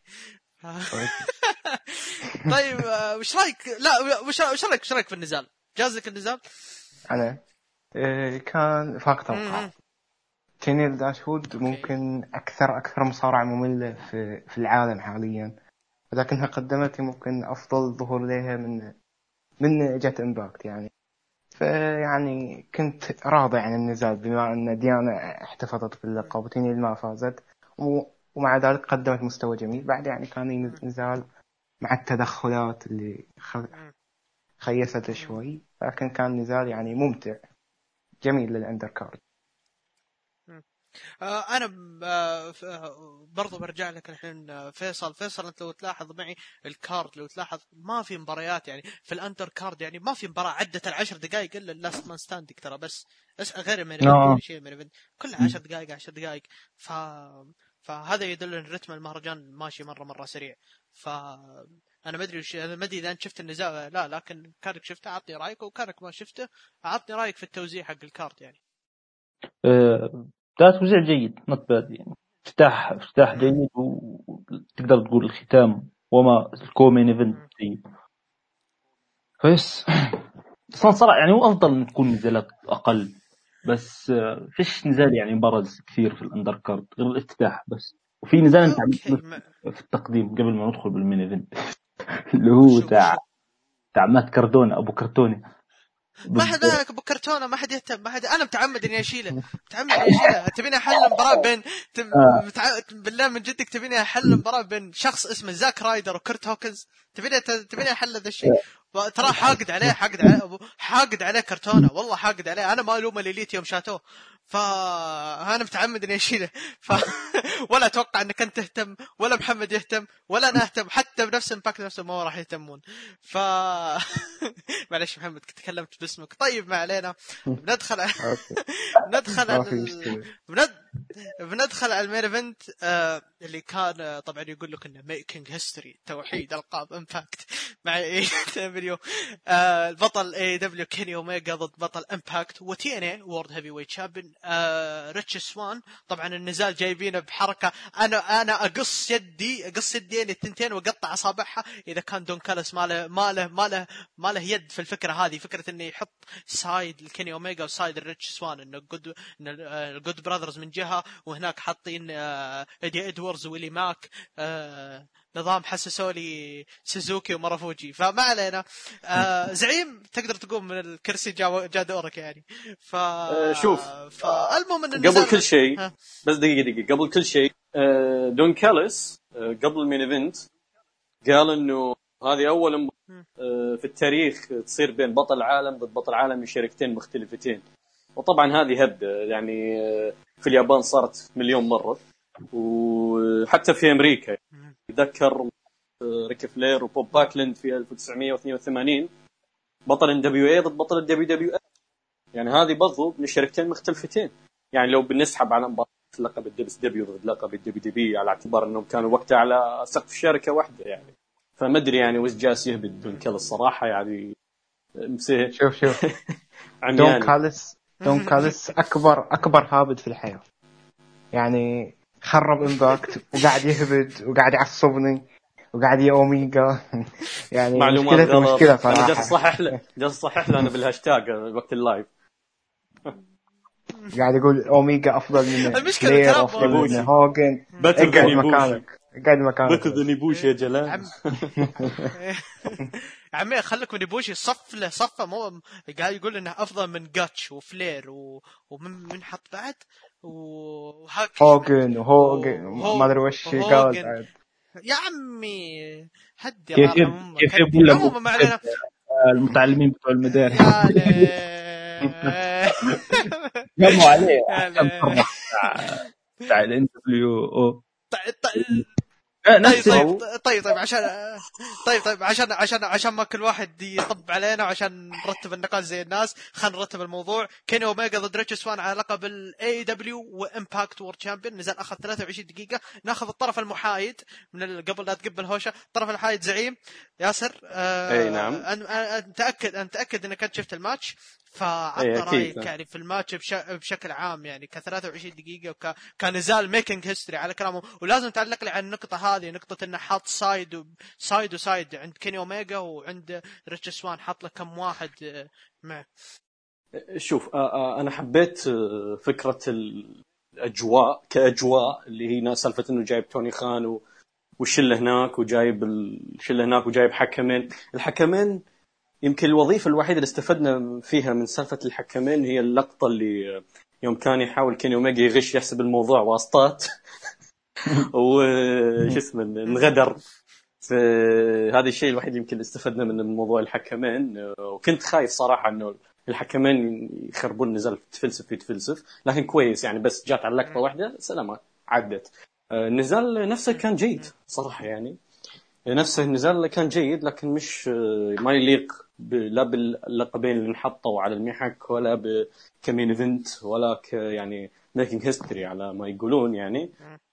طيب وش رايك؟ لا وش رايك في النزال؟ جازك النزال؟ انا كان فاق توقع. تينيل داشوود ممكن اكثر مصارعة مملة في العالم حاليا، ولكنها قدمت ممكن افضل ظهور لها من جت امباكت يعني. فيعني كنت راضي عن النزال بما ان ديانا احتفظت باللقب وتينيل ما فازت، ومع ذلك قدمت مستوى جميل. بعد يعني كان نزال مع التدخلات اللي خيست شوي، لكن كان نزال يعني ممتع جميل للأندر كارد. انا برضو برجع لك الحين فيصل انت لو تلاحظ معي الكارد، لو تلاحظ ما في مباريات يعني في الاندر كارد، يعني ما في مباراة عدت 10 دقائق الا اللاست مان ستاندينج ترى، بس غير الميرفنت شيء الميرفنت كلها 10 دقائق فهذا يدل ان رتم المهرجان ماشي مره سريع. انا ما ادري اذا انت شفت النزال لا، لكن كانك شفته اعطني رايك، وكانك ما شفته اعطني رايك في التوزيع حق الكارد يعني. ده توزيع جيد not bad يعني، افتتاح جيد، وتقدر تقول الختام وما الكومين ايفنت جيد. بس صراحة يعني هو افضل من تكون نزالات اقل، بس فيش نزال يعني برز كثير في الاندر كارد غير الافتتاح بس. وفي نزال انت في التقديم قبل ما ندخل بالمين ايفنت اللي هو تاع مات كاردونا ابو كرتوني. ما حد ابو كرتونه، ما حد يهتم، ما حد. انا متعمد اني اشيله تبيني احل مباراه بين بالله من جدك تبيني احل مباراه بين شخص اسمه زاك رايدر وكرت هوكنز، تبيني احل هذا الشيء. ترى حاقد عليه كرتونه، والله حاقد عليه. انا ما الوم الاليت يوم شاتوه، فانا متعمد اني اشيله. ولا اتوقع انك انت تهتم ولا محمد يهتم ولا انا اهتم، حتى بنفس امباكت نفسه ما راح يهتمون. معلش محمد كنت تكلمت باسمك. طيب ما علينا. بندخل على المين ايفنت اللي كان طبعا يقول لك انه ميكينج هيستوري توحيد القاب امباكت مع اي دبليو. البطل اي دبليو كيني اوميجا ضد بطل امباكت وتي ان اي وورد هيفي ويت شامبيون ريتش سوان. طبعا النزال جايبينه بحركه انا اقص يدين التنتين واقطع اصابعها اذا كان دون كالس ما له يد في الفكره هذه. فكره انه يحط سايد الكيني اوميجا وسايد الريتش سوان، انه الجود براذرز من جهه وهناك حاطين ايدي ادواردز ويلي ماك، نظام حسسوا لي سوزوكي ومارافوجي. فما علينا. زعيم تقدر تقوم من الكرسي جا دورك يعني. شوف فالمهم ان قبل كل شيء بس دقيقه قبل كل شيء دون كاليس قبل المين ايفنت قال انه هذه اول في التاريخ تصير بين بطل عالم ضد بطل عالم من شركتين مختلفتين. وطبعا هذه هبده يعني في اليابان صارت مليون مره وحتى في امريكا. اتذكر ريك فلير وبوب باكلند في 1982 بطل ان دبليو اي ضد بطل الدبليو دبليو اي. يعني هذه برضو من شركتين مختلفتين. يعني لو بنسحب على مباراه لقب الدبليو دبليو ضد لقب الدبليو دي بي على اعتبار انهم كانوا وقتها على سقف شركه واحده يعني. فما ادري يعني وش جالس يهبط دون كاليس الصراحه يعني. شوف دون كاليس اكبر هابط في الحياه يعني. خرب امباكت وقاعد يهبد وقاعد يعصبني وقاعد يا اوميجا يعني مشكله صراحه. انا جالس صحح له انا بالهاشتاج وقت اللايف قاعد يقول اوميجا افضل من فلير افضل من هوجن. قاعد مكانك بكذني بوش يا جلال. عمي خليك من بوشي صفه مو قاعد يقول انه افضل من جاتش وفلير ومن حط بعد هوجن ما ادري وش قال يا عمي. هدي كيف يقول لك المتعلمين بتوع المدارس قاموا عليه بتاع الان دبليو او. طيب عشان ما كل واحد يطب علينا وعشان نرتب النقاش زي الناس خلينا نرتب الموضوع. كيني اوميجا ضد ريتش سوان على لقب الاي دبليو وامباكت وورد تشامبيون. نزال اخذ 23 دقيقه. ناخذ الطرف المحايد من قبل لا تقبل هوشه. الطرف المحايد زعيم ياسر. اي نعم. انا متاكد انك كنت شفت الماتش فعطى رايك يعني في الماتش بشكل عام يعني ك 23 دقيقه وكنزال ميكينج هيستوري على كلامه. ولازم تعلق لي على النقطه هذه، نقطه انه حاط سايد عند كيني اوميجا وعند ريتش سوان حط له كم واحد معه. شوف انا حبيت فكره الاجواء كاجواء اللي هي سالفه انه جايب توني خان والشله هناك وجايب الشله هناك وجايب الحكمين. يمكن الوظيفة الوحيدة اللي استفدنا فيها من سالفة الحكمين هي اللقطة اللي يوم كان يحاول كيني اوميجا يغش يحسب الموضوع واسطات وش اسمه انغدر. هذا الشيء الوحيد يمكن استفدنا من موضوع الحكمين. وكنت خايف صراحة انه الحكمين يخربون النزال يتفلسف لكن كويس يعني بس جات على لقطة واحدة سلامات عدت. النزال نفسه كان جيد صراحة يعني. نفسه النزال كان جيد لكن مش ما يليق لا باللقبين اللي نحطوا على المحك ولا بكمين ايفنت ولا يعني ميكينج هيستوري على ما يقولون يعني.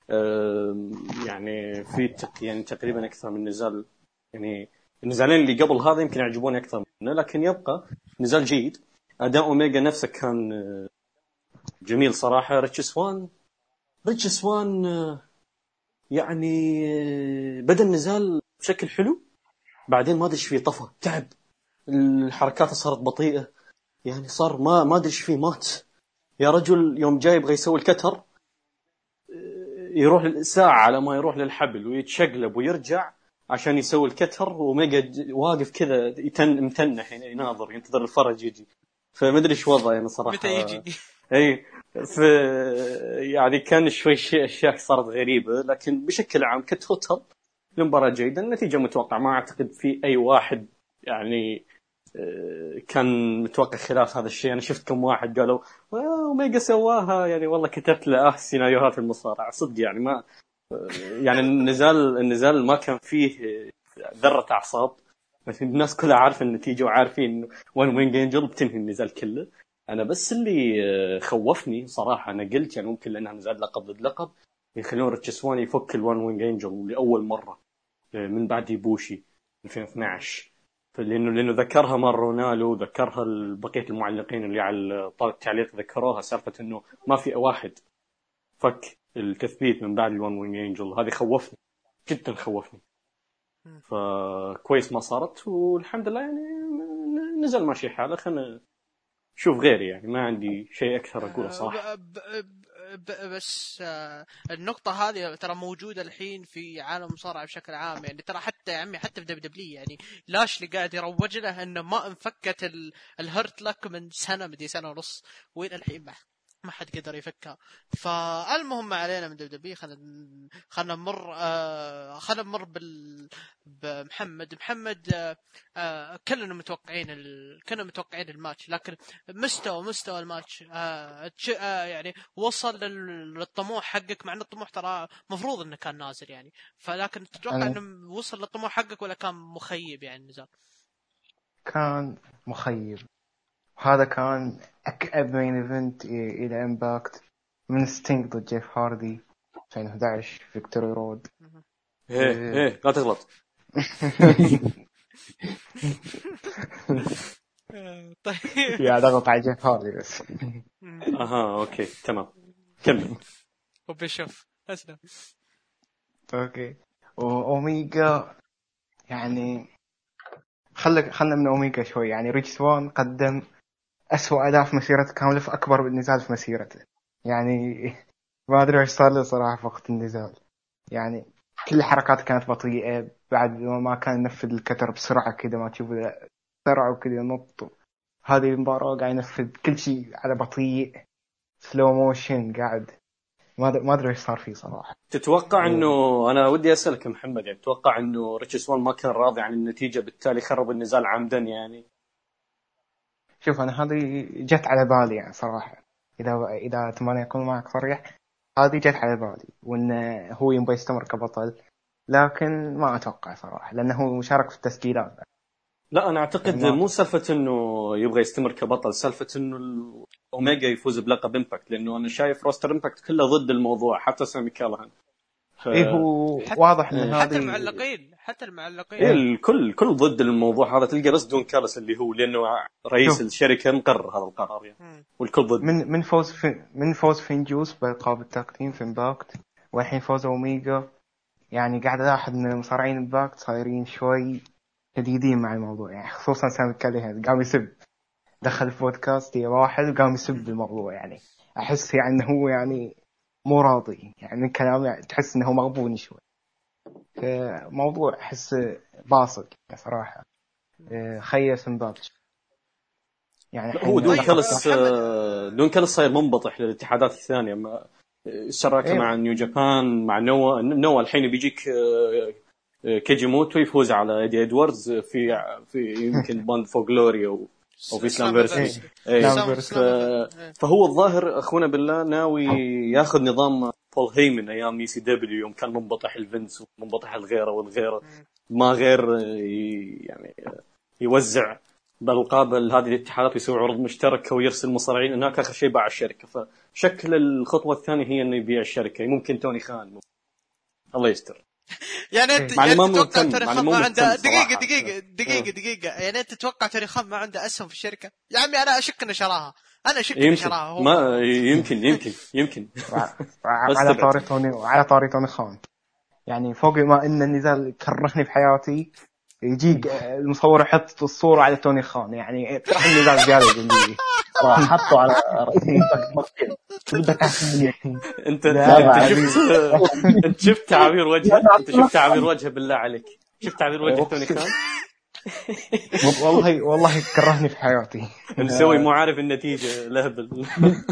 يعني في يعني تقريبا اكثر من نزال يعني. النزالين اللي قبل هذا يمكن يعجبوني اكثر منه لكن يبقى نزال جيد. اداء اوميجا نفسه كان جميل صراحه. ريتش سوان يعني بدأ النزال بشكل حلو بعدين ما ادري ايش فيه طفى تعب. الحركات صارت بطيئة يعني صار ما ادري ايش فيه مات يا رجل. يوم جاي يبغى يسوي الكتر يروح الساعة على ما يروح للحبل ويتشقلب ويرجع عشان يسوي الكتر وميجا واقف كذا متنح يناظر ينتظر الفرج يجي. فما ادري ايش وضعه يعني صراحة متى يجي. اي يعني كان شوي اشياء صارت غريبه لكن بشكل عام كتوتال المباراه جيده. النتيجه متوقع ما اعتقد في اي واحد يعني كان متوقع خلاف هذا الشيء. انا شفت كم واحد قالوا اوميجا سواها يعني والله كتبت له سيناريوهات في المصارعه صدق يعني ما يعني النزال ما كان فيه ذره اعصاب. الناس كلها عارفه النتيجه وعارفين وين جينجل بتنهي النزال كله. انا بس اللي خوفني صراحه، انا قلت يعني ممكن لانها نزال لقب ضد لقب يخلون ريتش سوان يفك الوان وينج انجل لاول مره من بعد يبوشي 2012. لانه ذكرها مره رونالو، ذكرها بقيه المعلقين اللي على التعليق ذكروها، سالفه انه ما في واحد فك التثبيت من بعد الوان وينج انجل. هذه خوفني جدا، خوفني. فكويس ما صارت، والحمد لله يعني نزل ماشي حاله. خلنا شوف غيري، يعني ما عندي شيء أكثر أقوله صراحة. بس النقطة هذه ترى موجودة الحين في عالم المصارعة بشكل عام. يعني ترى حتى يا عمي حتى في دبليو يعني لاشلي قاعد يروج له انه ما انفكت الهرت لك من سنة، بدي سنة ونص، وين الحين ما حد قدر يفكها. فالمهم ما علينا من دبليو. خلنا نمر بمحمد. كلنا متوقعين الماتش، لكن مستوى الماتش يعني وصل للطموح حقك، مع ان الطموح ترى مفروض انه كان نازل يعني. فلكن تتوقع انه وصل للطموح حقك ولا كان مخيب يعني النزال؟ كان مخيب. هذا كان أكأب مين إيفنت إلى إمباكت من ستينج ضد جيف هاردي 2011 فيكتوري رود. إيه لا تغلط. طيب يا ضغط على جيف هاردي بس. أها أوكي تمام كمل. وبيشوف أسلم. أوكي. وأوميجا يعني خلنا من أوميجا شوي. يعني ريتش سوان قدم أسوأ أداء في مسيرته كاملة، في أكبر نزال في مسيرته. يعني ما أدري إيش صار له صراحة في وقت النزال. يعني كل الحركات كانت بطيئة، بعد ما كان ينفذ الكتر بسرعة كده، ما تشوف سرعة وكده ينط. هذه المباراة قاعد ينفذ كل شيء على بطيء، سلو موشن قاعد. ما أدري إيش صار فيه صراحة. تتوقع إنه أنا ودي أسألك محمد، يعني تتوقع إنه ريتش سوان ما كان راضي عن النتيجة بالتالي خرب النزال عمدا يعني؟ شوف أنا هذه جت على بالي يعني صراحة، إذا تمانية أكون معك صريح، هذه جت على بالي وإن هو يبغى يستمر كبطل، لكن ما أتوقع صراحة لأنه مشارك في التسجيلات. لا أنا أعتقد مو سالفة إنه يبغى يستمر كبطل، سالفة إنه أوميجا يفوز بلقب إمباكت، لأنه أنا شايف روستر إمباكت كله ضد الموضوع، حتى سامي كالهان. إيه هو واضح إن هذه حتى المعلقين إيه الكل ضد الموضوع هذا. تلقى بس دون كالس اللي هو لأنه رئيس الشركة مقرر هذا القرار يعني. والكل ضد. من فوز فينجوس بألقاب التقديم في إمباكت، والحين فوز أوميجا. يعني قاعد ألاحظ إن المصارعين إمباكت صايرين شوي جديدين مع الموضوع، يعني خصوصا سامي كالهان قام يسب، دخل في بودكاست واحد وقام يسب الموضوع. يعني أحس يعني إنه هو يعني مو راضي، يعني من كلامه يعني تحس إنه مغبون شوي. موضوع أحس باصق صراحة، خيس إمباكت. يعني هو دون كالس صاير منبطح للاتحادات الثانية، شراكة مع نيو جابان، مع نوا الحين بيجيك كيجيموتو يفوز على ايدي ادواردز في يمكن باند فور جلوري او في سلامفيرسي. فهو الظاهر اخونا بالله ناوي ياخذ نظام بول هيمن ايام اي سي دبليو، يوم كان منبطح الفنس ومنبطح الغيره والغيره، ما غير يعني يوزع بالألقاب هذه الاتحادات ويسوي عروض مشتركة ويرسل مصارعين هناك. آخر شيء باع الشركة، فشكل الخطوة الثانية هي إنه يبيع الشركة. ممكن توني خان الله يستر. يعني أنت تتوقع توني خان ما عنده دقيقة يعني أنت تتوقع توني خان ما عنده أسهم في الشركة؟ يا عمي أنا أشك إنه شراها، هو ما يمكن على طاري توني خان. يعني فوق ما إن النزال كرهني في حياتي، يجيك المصور يحط الصورة على توني خان، يعني كره النزال زيادة جنبي. حطوا على رأسي. انت شفت تعابير وجهه؟ بالله عليك شفت تعابير وجه توني خان؟ والله كرهني في حياتي. مسوي مو عارف النتيجة لهبل.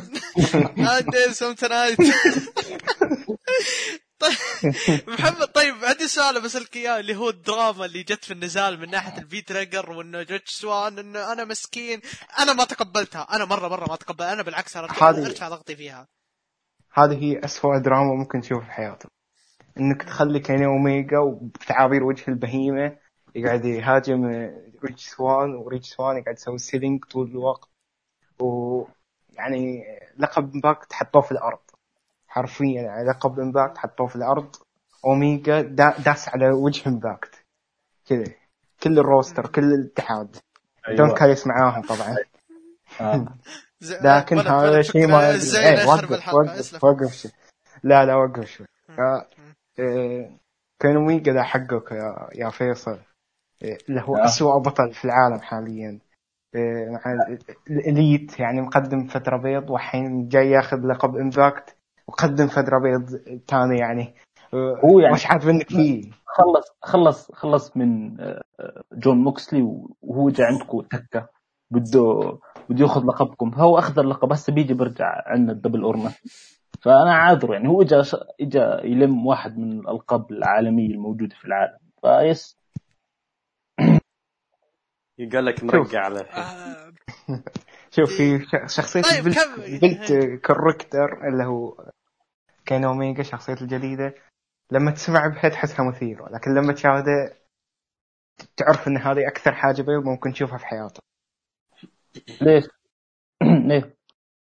محمد طيب عندي سؤال بسألك اياه، اللي هو الدراما اللي جت في النزال من ناحية الفي تريجر، وانه ريتش سوان انه انا مسكين، انا ما تقبلتها، انا مرة ما تقبل، انا بالعكس ارجع ضغطي فيها. هذه هي أسوأ دراما ممكن تشوف في حياتك، انك تخلي كيني اوميجا وبتعابير وجه البهيمة يقعد يهاجم ريتش سوان، وريتش سوان يقعد يسوي سيلينج طول الوقت، ويعني لقب امباكت حطوه في الارض حرفيا، يعني لقب امباكت حطوه في الارض. اوميجا داس على وجه امباكت كذا، كل الروستر كل الاتحاد. دون كاليس معاهم طبعا. لكن هذا شيء ما ازاي نخرب الحلقه. وقف لا وقف شوي. كان اوميجا ذا حقك يا فيصل، اللي هو أسوأ بطل في العالم حاليا مع الإليت، يعني مقدم فترة بيض وحين جاي ياخذ لقب إمباكت وقدم فترة بيض تاني. يعني هو يعني وش عاد منك فيه؟ خلص من جون موكسلي وهو جاء عندكم تكة بده ياخذ لقبكم، فهو أخذ اللقب هسه بيجي برجع عندنا الدبل أورنا. فأنا عاذره، يعني هو إجا يلم واحد من الألقاب العالمية الموجودة في العالم فيس. قال لك مرقع على شوف في شخصية بلت كاركتر اللي هو كين أوميجا، شخصية الجديدة لما تسمع بها تحسها مثيرة، لكن لما تشاهده تعرف ان هذه اكثر حاجة بيض ممكن تشوفها في حياتك. ليش؟ ليه؟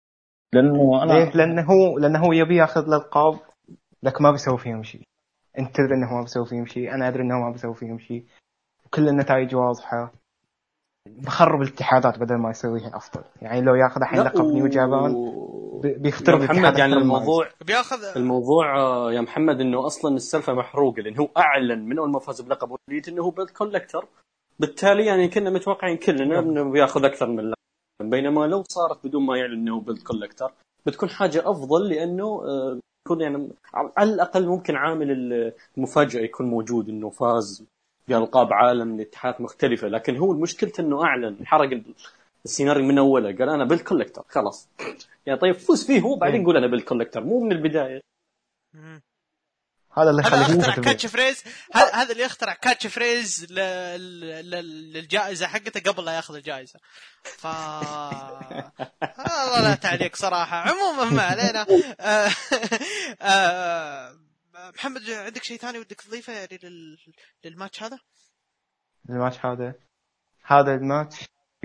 لانه هو يبي ياخذ الالقاب لك ما بيسوي فيهم شيء. انت تدري انه ما بيسوي فيهم شيء، انا ادري انه ما بيسوي فيهم شيء، وكل النتائج واضحة. بخرب الاتحادات بدل ما يسويها افضل. يعني لو ياخذ الحين لقب نيو جابان بيخترب محمد. يعني الموضوع يا محمد انه اصلا السالفه محروقه، لانه هو اعلن من اول ما فاز بلقب وليت انه هو بيلد كولكتر، بالتالي يعني كنا متوقعين كلنا انه بياخذ اكثر من لقب. بينما لو صارت بدون ما يعلن انه بيلد كولكتر بتكون حاجه افضل، لانه يكون يعني على الاقل ممكن عامل المفاجاه يكون موجود انه فاز بألقاب عالم من اتحادات مختلفه. لكن هو المشكله انه اعلن حرق السيناريو من اوله، قال انا بيلد كولكتر خلاص. يعني طيب فوز فيه هو بعدين نقول انا بالكولكتر، مو من البدايه. هذا اللي اخترع كاتش فريز. هذا اللي اخترع كاتش فريز للجائزه حقته قبل لا ياخذ الجائزه. والله لا تعليق صراحه. عموما ما علينا. محمد عندك شيء ثاني ودك تضيفه يعني للماتش هذا؟ هذا الماتش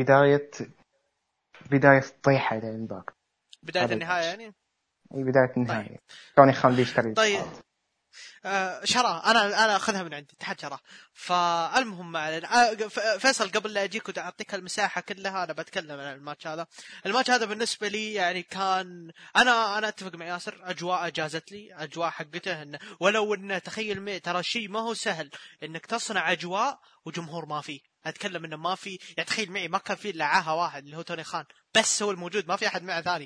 بداية طيحة للإمباكت، بداية النهاية يعني. بداية النهاية. توني خان بيشتري. طيب شراه انا اخذها من عندي اتحاد شراه. فالمهم فيصل قبل لا اجيك واعطيك المساحه كلها انا بتكلم عن الماتش هذا بالنسبه لي يعني كان انا اتفق مع ياسر. اجواء جازت لي اجواء حقته إنه ولو انه تخيل ترى شيء ما هو سهل انك تصنع اجواء وجمهور ما فيه. اتكلم انه ما في، يعني تخيل معي ما كان في الا عاهه واحد اللي هو توني خان بس هو الموجود، ما في احد معه ثاني.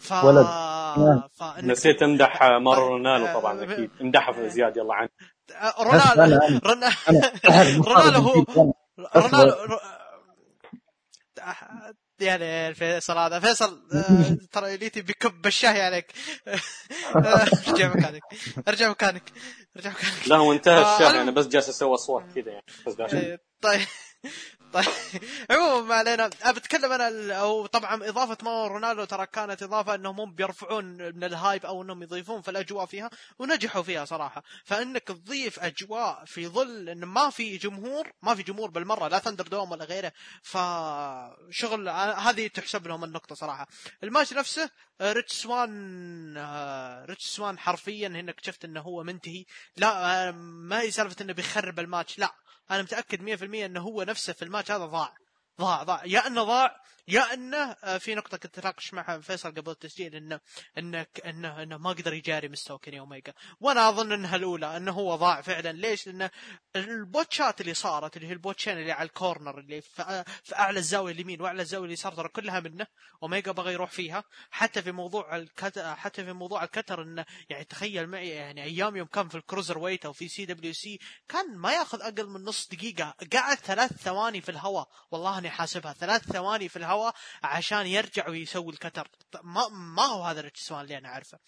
نسيت امدح مره رونالدو طبعا اكيد امدحه في زياد. يلا عن رونالدو يعني فيصل هذا فيصل ترى ليتي بكب الشاي عليك. ارجع مكانك. لا هو انتهى الشاي، انا بس جالس اسوي اصوات كذا يعني. طيب عموما ما علينا. بتكلم انا او طبعا اضافه مارو رونالدو ترى كانت اضافه انهم هم بيرفعون من الهايب او انهم يضيفون في الاجواء فيها، ونجحوا فيها صراحه. فانك تضيف اجواء في ظل ان ما في جمهور بالمره، لا ثندر دوم ولا غيره، فشغل هذه تحسب لهم النقطه صراحه. الماتش نفسه ريتش سوان حرفيا انك شفت انه هو منتهي. لا ما هي سالفه انه بيخرب الماتش، لا انا متاكد 100% انه هو نفسه في الماتش هذا ضاع يا انه في نقطه كنت اتناقش مع فيصل قبل التسجيل انه ما قدر يجاري مستوى كيني اوميجا، وانا اظن انها الاولى انه هو ضاع فعلا. ليش؟ لان البوتشات اللي صارت اللي هي البوتشين اللي على الكورنر اللي في اعلى الزاويه اليمين واعلى الزاويه اليسار ترى كلها منه اوميجا بغى يروح فيها. حتى في موضوع الكتر انه يعني تخيل معي يعني ايام يوم كان في الكروزر ويت او في سي دبليو سي كان ما ياخذ اقل من نص دقيقه، قعد 3 ثواني في الهواء، والله اني حاسبها 3 ثواني في الهواء عشان يرجع ويسوي الكتر. ما هو هذا السؤال اللي انا عارفه.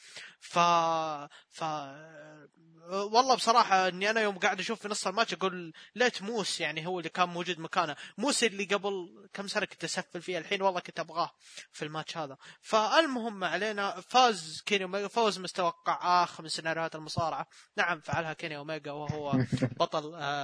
والله بصراحه اني انا يوم قاعد اشوف في نص الماتش اقول ليت موس يعني هو اللي كان موجود مكانه، موس اللي قبل كم سنه كنت اسفل فيه الحين والله كنت ابغاه في الماتش هذا. فالمهم علينا فاز كيني اوميجا فوز مستوقع من سيناريوهات المصارعه. نعم فعلها كيني اوميجا وهو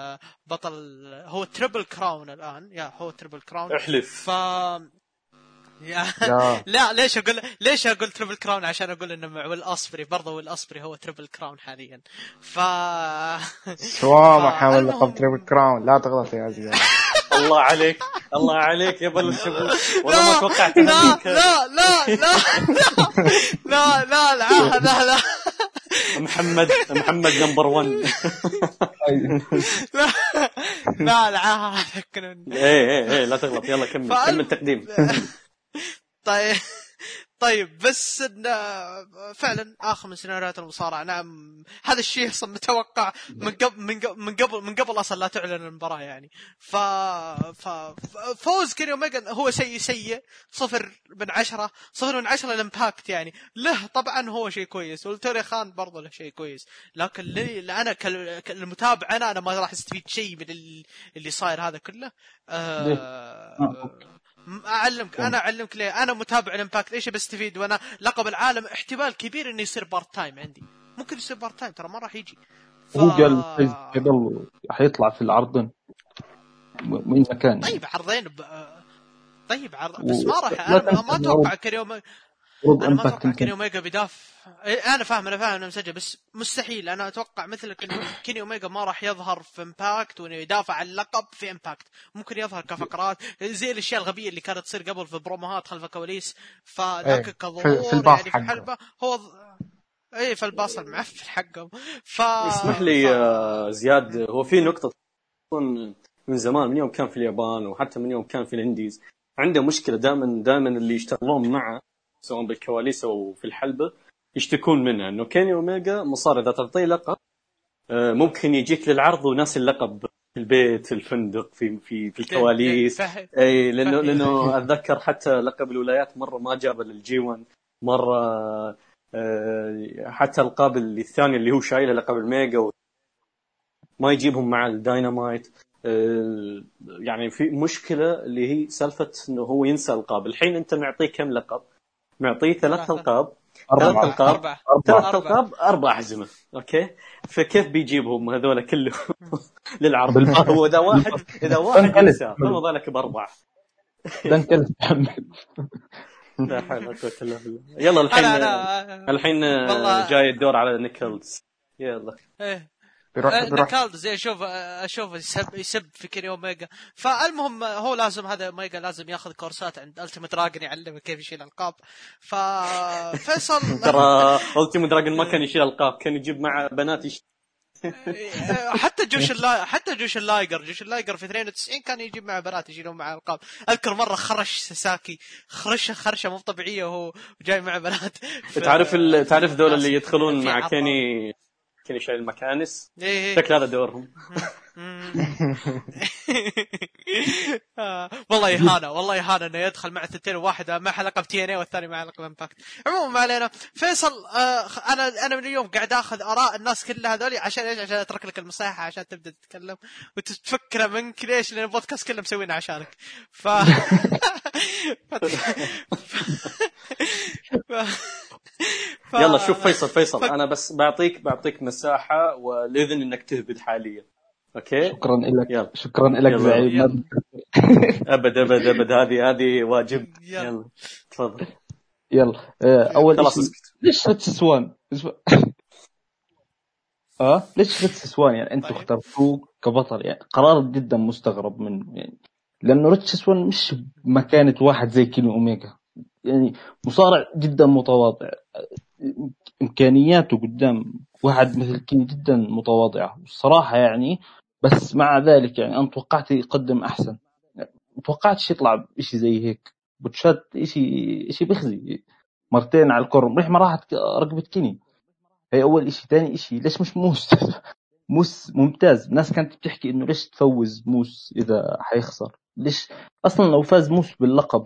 بطل هو تريبل كراون الان، هو تريبل كراون. احلف. لا ليش اقول تريبل كراون؟ عشان اقول انه مع ويل أوسبري برضه، ويل أوسبري هو تريبل كراون حاليا. سواء ما حاول لقب تريبل كراون. لا تغلط يا زياد. الله عليك الله عليك يا بلو شبو، والله ما توقعت لا لا لا لا لا لا لا لا لا محمد نمبر 1. لا لا ايه لا تغلط، يلا كمل تقديم. طيب بس فعلا اخر من سيناريوهات المصارعه. نعم هذا الشيء اصلا متوقع من قبل اصلا لا تعلن المباراه يعني. فوز كيني اوميجا هو سيء 0/10 الامباكت يعني. له طبعا هو شيء كويس، والتوري خان برضه له شيء كويس، لكن اللي انا كالمتابع انا ما راح استفيد شيء من اللي صاير هذا كله. اعلمك ليه انا متابع الامباكت ايش بستفيد وانا لقب العالم احتمال كبير انه يصير بارت تايم عندي. ممكن يصير بارت تايم ترى ما راح يجي. هو قال قبل حيطلع في العرضين من مكان. طيب عرضين بس ما راح. انا ما اتوقع كيني اوميجا بيدافع. انا فاهم انه مسجل، بس مستحيل. انا اتوقع مثلك انه كيني اوميجا ما راح يظهر في امباكت وانه يدافع عن اللقب في امباكت. ممكن يظهر كفقرات زي الاشياء الغبيه اللي كانت تصير قبل في بروموهات خلف الكواليس. فلكن كظهور في يعني في حلبه هو في الباص المعفن حقهم. اسمح لي زياد، هو في نقطه من زمان، من يوم كان في اليابان وحتى من يوم كان في الانديز، عنده مشكله دائما اللي يشتغلون معه سواء بالكواليس او في الحلبه يشتكون منها، انه كيني اوميجا مصارع اذا تعطيه لقب ممكن يجيك للعرض وناس اللقب في البيت في الفندق في الكواليس. اي لانه اتذكر حتى لقب الولايات مره ما جابه للجي 1 مره، حتى القاب الثاني اللي هو شايله لقب الميجا ما يجيبهم مع الداينامايت. يعني في مشكله اللي هي سالفه انه هو ينسى القاب. الحين انت معطيه كم لقب؟ معطيه 3 ألقاب 4 أحزمة. اوكي، فكيف بيجيبهم هذول كلهم للعرض؟ هو اذا واحد ينسى فما بالك ب4. دنكل لا حول ولا قوه الا بالله. يلا الحين جاي الدور على نيكلز. يلا نيكالدز اشوف يسب في كيني اوميجا. فالمهم هو لازم هذا اوميجا لازم ياخذ كورسات عند التيمت دراجون يعلمه كيف يشيل القاب. فيصل ترى التيمت دراجون ما كان يشيل القاب، كان يجيب مع بنات حتى جوش اللايجر في 92 كان يجيب مع بنات يشيلون مع القاب. اذكر مره خرش ساساكي خرشه مو طبيعيه وهو جاي مع بنات. تعرف ذول اللي يدخلون مع كيني شايل المكانس. شكل هذا دورهم. والله يهانا انه يدخل مع ثنتين، واحده مع حلقه تي ان اي والثاني مع حلقه امباكت. عموما ما علينا. فيصل انا من اليوم قاعد اخذ اراء الناس كلها هذولي عشان ايش؟ عشان اترك لك المساحه عشان تبدا تتكلم وتتفكر منك ليش، لان البودكاست كله مسوينه عشانك. يلا شوف فيصل انا بس بعطيك مساحه والاذن انك تهبد حاليا. اوكي شكرا لك زعيم. ابد هذه واجب. يلا تفضل. يلا اول ليش ريتسوان ليش ريتسوان يعني انتوا اخترتوه كبطل؟ يعني قرار جدا مستغرب منه يعني، لانه ريتسوان مش مكانه واحد زي كيني اوميجا، يعني مصارع جدا متواضع، إمكانياته قدام واحد مثل كيني جدا متواضعة الصراحة يعني. بس مع ذلك يعني أنا توقعت يقدم أحسن، توقعتش يطلع إشي زي هيك. بوتشات إشي بخزي مرتين على الكورم، ريح ما راحت رقبة كيني. هي أول إشي. تاني إشي ليش مش موس ممتاز. الناس كانت بتحكي إنه ليش تفوز موس إذا حيخسر. ليش أصلا لو فاز موس باللقب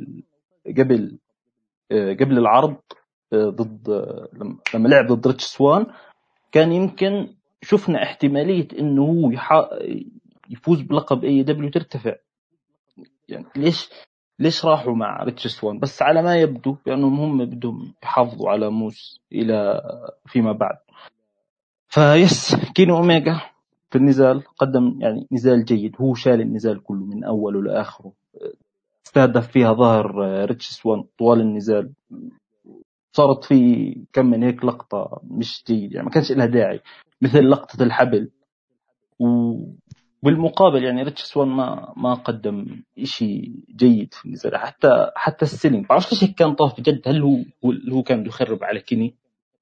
قبل العرض ضد لما لعب ضد ريتش سوان كان يمكن شفنا احتمالية انه هو يفوز بلقب اي دبليو ترتفع. يعني ليش راحوا مع ريتش سوان؟ بس على ما يبدو لانهم هم بدهم يحافظوا على موس الى فيما بعد. فيس كينو اوميجا في النزال قدم يعني نزال جيد، هو شال النزال كله من اوله لاخره، استهدف فيها ظهر ريتش سوان طوال النزال. صارت في كم من هيك لقطة مش جيد، يعني ما كانش لها داعي، مثل لقطة الحبل. وبالمقابل يعني ريتش سوان ما قدم إشي جيد في النزال. حتى السيلينج بعرفش ليش هيك كان طاف بجد. هل هو كان يخرب على كيني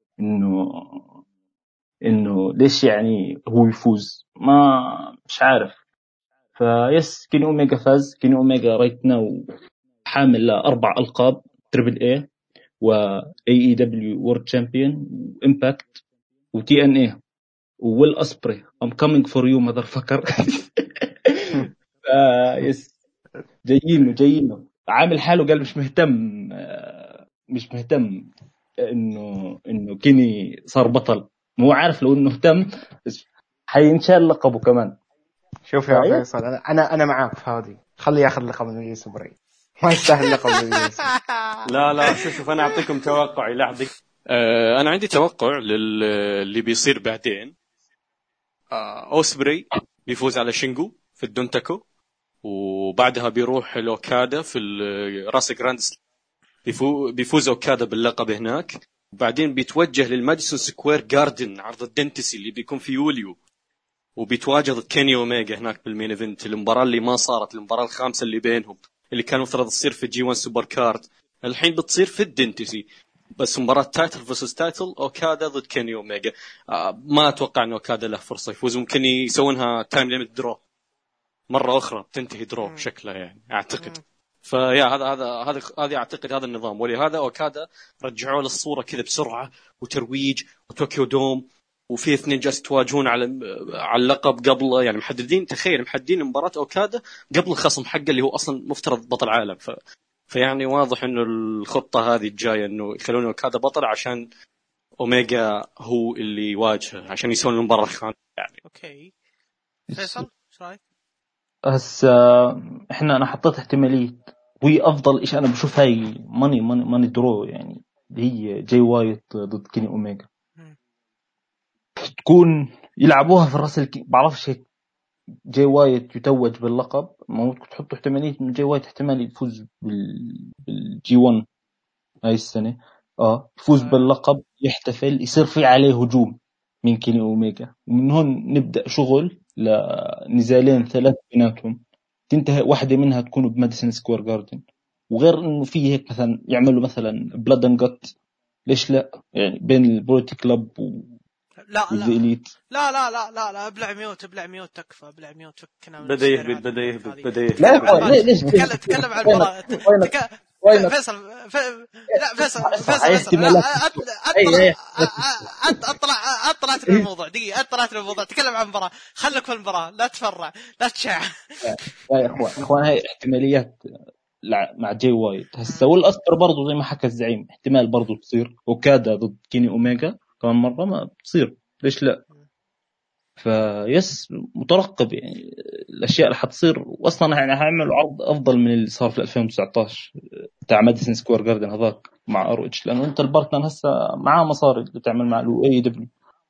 انه ليش يعني هو يفوز؟ ما مش عارف. فيس كيني اوميجا فاز. كيني اوميجا رايت ناو حامل 4 ألقاب تريبل اي اي دبليو وورد تشامبيون وامباكت وتي ان اي وويل اسبري ام كامينج فور يو ماذر فكر. يس جايينه عامل حاله قال مش مهتم انه كيني صار بطل. مو عارف لو انه اهتم بس حينشال لقبه كمان. شوف يا فيصل، انا معاك في هذه. خليه ياخذ لقب من يوسبري، ما يستاهل لقب من يوسبري. لا شوف انا اعطيكم توقعي لحظه. انا عندي توقع للي بيصير بعدين. اوسبري بيفوز على شينجو في الدونتاكو، وبعدها بيروح لوكادا في راس جراند بيفوز اوكادا باللقب هناك. وبعدين بيتوجه للماديسون سكوير جاردن عرض الدنتسي اللي بيكون في يوليو، وبيتواجه ضد كيني اوميجا هناك بالمين ايفنت. المباراه اللي ما صارت، المباراه الخامسه اللي بينهم اللي كان مفترض تصير في جي 1 سوبر كارد، الحين بتصير في الدنتسي. بس مباراة تايتل فيرسس تايتل اوكادا ضد كيني اوميجا. ما اتوقع ان اوكادا له فرصه يفوز. ممكن يسوونها تايم ليميت درو مره اخرى بتنتهي درو شكلها يعني اعتقد. فيا هذا اعتقد هذا النظام. ولهذا اوكادا رجعوا له الصوره كذا بسرعه وترويج وطوكيو دوم، وفي 2 جالس يتواجهون على اللقب قبله. يعني محددين مباراة اوكادا قبل الخصم حقه اللي هو اصلا مفترض بطل عالم. فيعني واضح انه الخطه هذه الجايه انه يخلون اوكادا بطل عشان اوميجا هو اللي يواجهه، عشان يسوون المباراه الخامسه يعني. اوكي فيصل ايش رايك؟ هسه انا حطيت احتماليه، وهي افضل شيء انا بشوف هاي ماني درو، يعني اللي هي جاي وايت ضد كيني اوميجا. تكون يلعبوها في الراس بعرفش هيك جاي وايت يتوج باللقب. ممكن تحطوا احتماليه انه جاي وايت احتمال يفوز بالجي 1 هاي السنه. يفوز باللقب، يحتفل، يصير في عليه هجوم من كيني اوميجا، ومن هون نبدا شغل لنزالين 3 بيناتهم، تنتهي واحده منها تكون بماديسون سكوير جاردن. وغير انه في هيك مثلا يعملوا مثلا بلاد اند جت، ليش لا، يعني بين البروتي كلاب والإليت. لا ابلع ميوت تكفى. ابلع ميوت فكنا من بدا يهبط. ليش تكلم عن المباراة. فيصل لا فيصل اطلعت من الموضوع دقيقة. اطلعت من الموضوع، تكلم عن المباراة، خليك في المباراة، لا تفرع لا تشع. يا اخوان هاي احتماليات مع جاي وايت. هسه والأسبر برضو زي ما حكى الزعيم احتمال برضو تصير اوكادا ضد كيني اوميجا كمان مرة، ما بتصير ليش لا. فيس مترقب يعني الاشياء اللي حتصير. واصلا يعني هيعملوا عرض افضل من اللي صار في 2019 بتاع ماديسون سكوير جاردن هذاك مع ار اتش، لانه انت البارتنر هسه معاه مصاري بتعمل مع اي دبليو.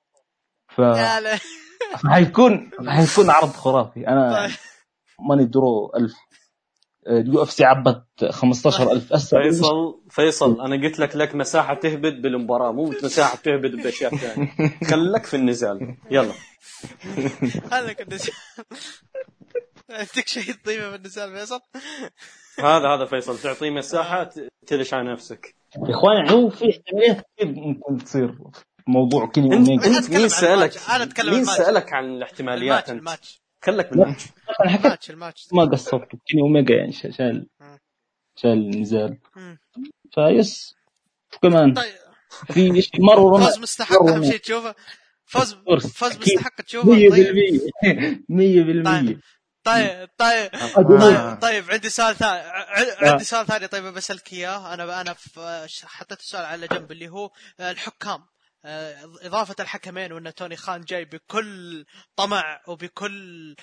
هيكون عرض خرافي. انا ماني درو 1000 اليو اف سي عبت 15,000 أسر. فيصل انا قلت لك مساحه تهبد بالمباراه، مو مساحه تهبد باشياء ثانيه. خليك في النزال يلا. خليك النزال. عندك شيء تضيفه في النزال فيصل؟ هذا فيصل تعطيه مساحه تلش على نفسك يا اخوان. يعني هو في احتماليات كثير ممكن تصير موضوع كيني اوميجا. انت مين سألك عن الاحتماليات؟ الماتش. خلك بالماتش. انا حكيت ما قصرت. كيني اوميجا يعني شال النزال. فيس كمان طيب. في شيء مرة فوز مستحق. اهم شيء تشوفه فوز مستحق تشوفه. 100%. طيب عندي سؤال ثاني. طيب بسألك اياه. انا حطيت السؤال على جنب اللي هو الحكام. إضافة الحكمين وأن توني خان جاي بكل طمع وبكل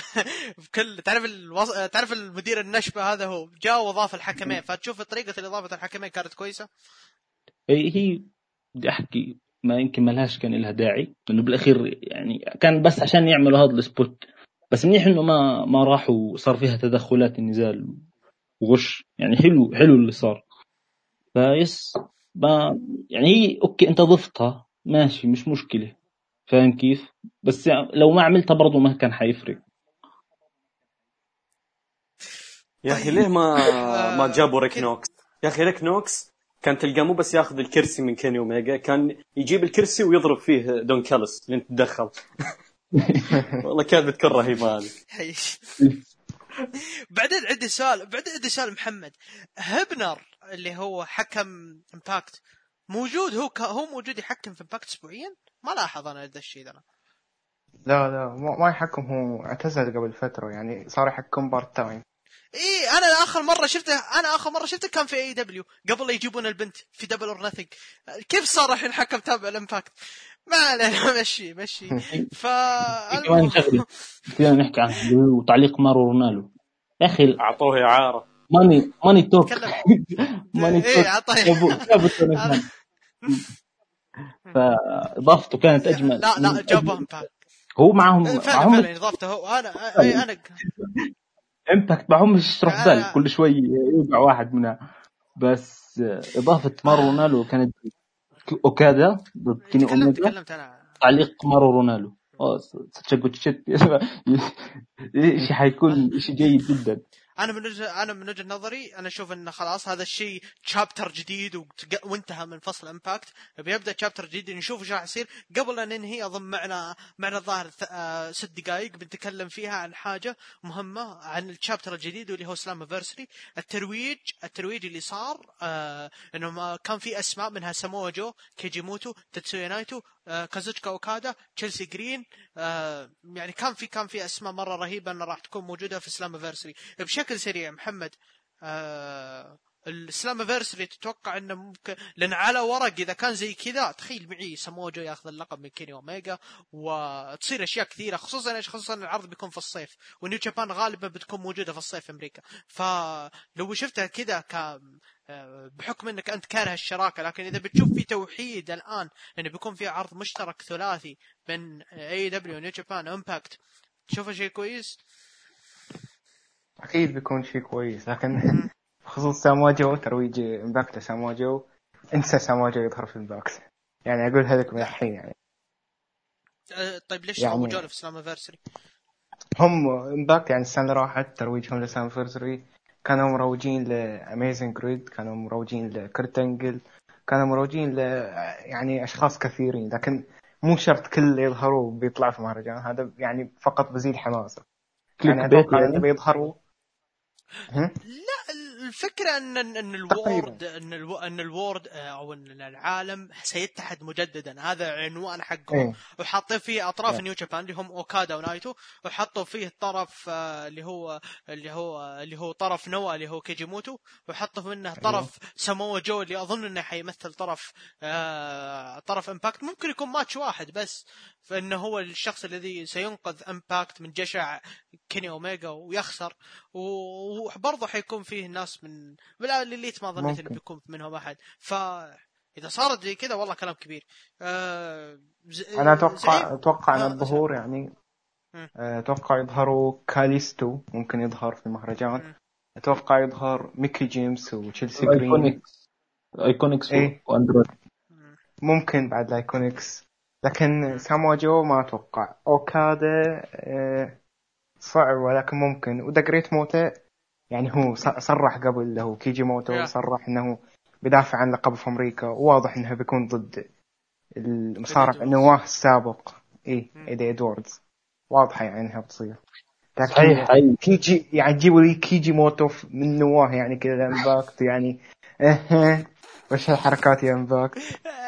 تعرف المدير النشبة هذا هو جاء وضاف الحكمين. فتشوف طريقة إضافة الحكمين كانت كويسة. هي بدي أحكي ما يمكن ما لهاش كان لها داعي، لأنه بالأخير يعني كان بس عشان يعملوا هذا السبوت. بس منيح إنه ما راحوا صار فيها تدخلات النزال وغش يعني. حلو اللي صار. فيس ما يعني هي اوكي انت ضفتها ماشي مش مشكلة، فاهم كيف؟ بس يعني لو ما عملتها برضو ما كان حيفرق. يا اخي ليه ما جابوا ريك نوكس؟ يا اخي ريك نوكس كان تلقاه مو بس ياخذ الكرسي من كيني اوميجا، كان يجيب الكرسي ويضرب فيه دون كاليس اللي انت تدخل. والله كانت بتكون رهيبه هذه. بعدين عندي سؤال محمد. هبنر اللي هو حكم امباكت موجود، هو موجود يحكم في امباكت اسبوعيا؟ ما لاحظ انا هذا الشيء ده. لا ما يحكم، هو اعتزل قبل فترة يعني، صار يحكم بارت تايم. ايه انا اخر مره شفته كان في اي دبليو قبل لا يجيبون البنت في دبل اور نثينج. كيف صار الحين حكم تابع الامباكت؟ ما علينا، مشي ف كمان شغله فينا نحكي عن وتعليق مارو رونالدو. يا اخي اعطوه اعاره ماني توك ماني توك. ايه عطيه فاضافته كانت اجمل. لا جابهم امباكت. هو معهم فعلا اضافته هو. انا امباكت معهم مش تروح بال كل شوي يوقع واحد منها. بس اضافه مارو رونالدو كانت اوكادا ضد كيني اوميجا. تعليق مارو رونالدو شيء حيكون شيء جيد جدا. انا من وجهة نظري انا اشوف ان خلاص هذا الشيء تشابتر جديد وانتهى من فصل امباكت، بيبدا تشابتر جديد نشوف ايش راح يصير. قبل ان ننهي اظن معنا الظاهر 6 دقائق بنتكلم فيها عن حاجه مهمه عن التشابتر الجديد واللي هو سلام افرسري. الترويج اللي صار انه كان في اسماء منها ساموا جو، كيجي موتو، تاتسويا نايتو، كازوتشكا اوكادا، تشيلسي جرين. يعني كان في اسماء مره رهيبه انها راح تكون موجوده في سلام افرسري. بشكل سريع محمد، السلام افرسري تتوقع انه ممكن، لان على ورق اذا كان زي كذا تخيل معي ساموجو ياخذ اللقب من كيني اوميجا وتصير اشياء كثيره، خصوصا العرض بيكون في الصيف، ونيو جابان غالبا بتكون موجوده في الصيف في امريكا. فلو شفتها كذا بحكم انك انت كاره الشراكه، لكن اذا بتشوف في توحيد الان انه بيكون في عرض مشترك ثلاثي بين اي دبليو ونيو جابان امباكت، تشوفه شيء كويس؟ أكيد بيكون شيء كويس، لكن بخصوص سامواجو ترويج امباكت سامواجو، انسى سامواجو يظهر في امباكت يعني، أقولها لك من الحين يعني. طيب ليش يعني روجوا له في سلام افرسري؟ هم امباكت يعني السنة اللي راحت ترويجهم لسلام افرسري كانوا مروجين لأميزنج جريد، كانوا مروجين لكرتنجل، كانوا مروجين يعني أشخاص كثيرين، لكن مو شرط كل اللي يظهروا بيطلع في مهرجان هذا يعني، فقط بزيد حماسة يعني. أتوقع يعني. أن بيظهروا لا الفكرة ان الوورد ان الوورد او ان العالم سيتحد مجددا، هذا عنوان حقهم. وحاطين فيه اطراف نيو جابان اللي هم اوكادا ونايتو، وحطوا فيه طرف اللي هو طرف نوا اللي هو كيجيموتو، وحطوا منه طرف ساموا جو اللي اظن انه حيمثل طرف امباكت. ممكن يكون ماتش واحد بس، فانه هو الشخص الذي سينقذ امباكت من جشع كيني اوميجا ويخسر. وبرضه حيكون فيه ناس من الليت ما ظنيت انه بيكون منهم احد. فاذا صارت زي كذا والله كلام كبير. انا اتوقع ان الظهور يعني اتوقع يظهروا كاليستو، ممكن يظهر في المهرجان. اتوقع يظهر ميكي جيمس وتشيلسي جرين، ايكونيكس واندرويد ممكن بعد الايكونيكس، لكن ساموا جو ما اتوقع. اوكادا صعب ولكن ممكن. وده جريت موتا يعني هو صرح قبل له كيجي موتو صرح انه بيدافع عن لقب في امريكا، وواضح انه بيكون ضد المصارع نواه السابق ايدي ادواردز، واضحه يعني انها بتصير. صحيح كيجي يعني جيبوا لي كيجي موتو من نواه يعني كذا امباكت يعني وش هالحركات يا امباكت.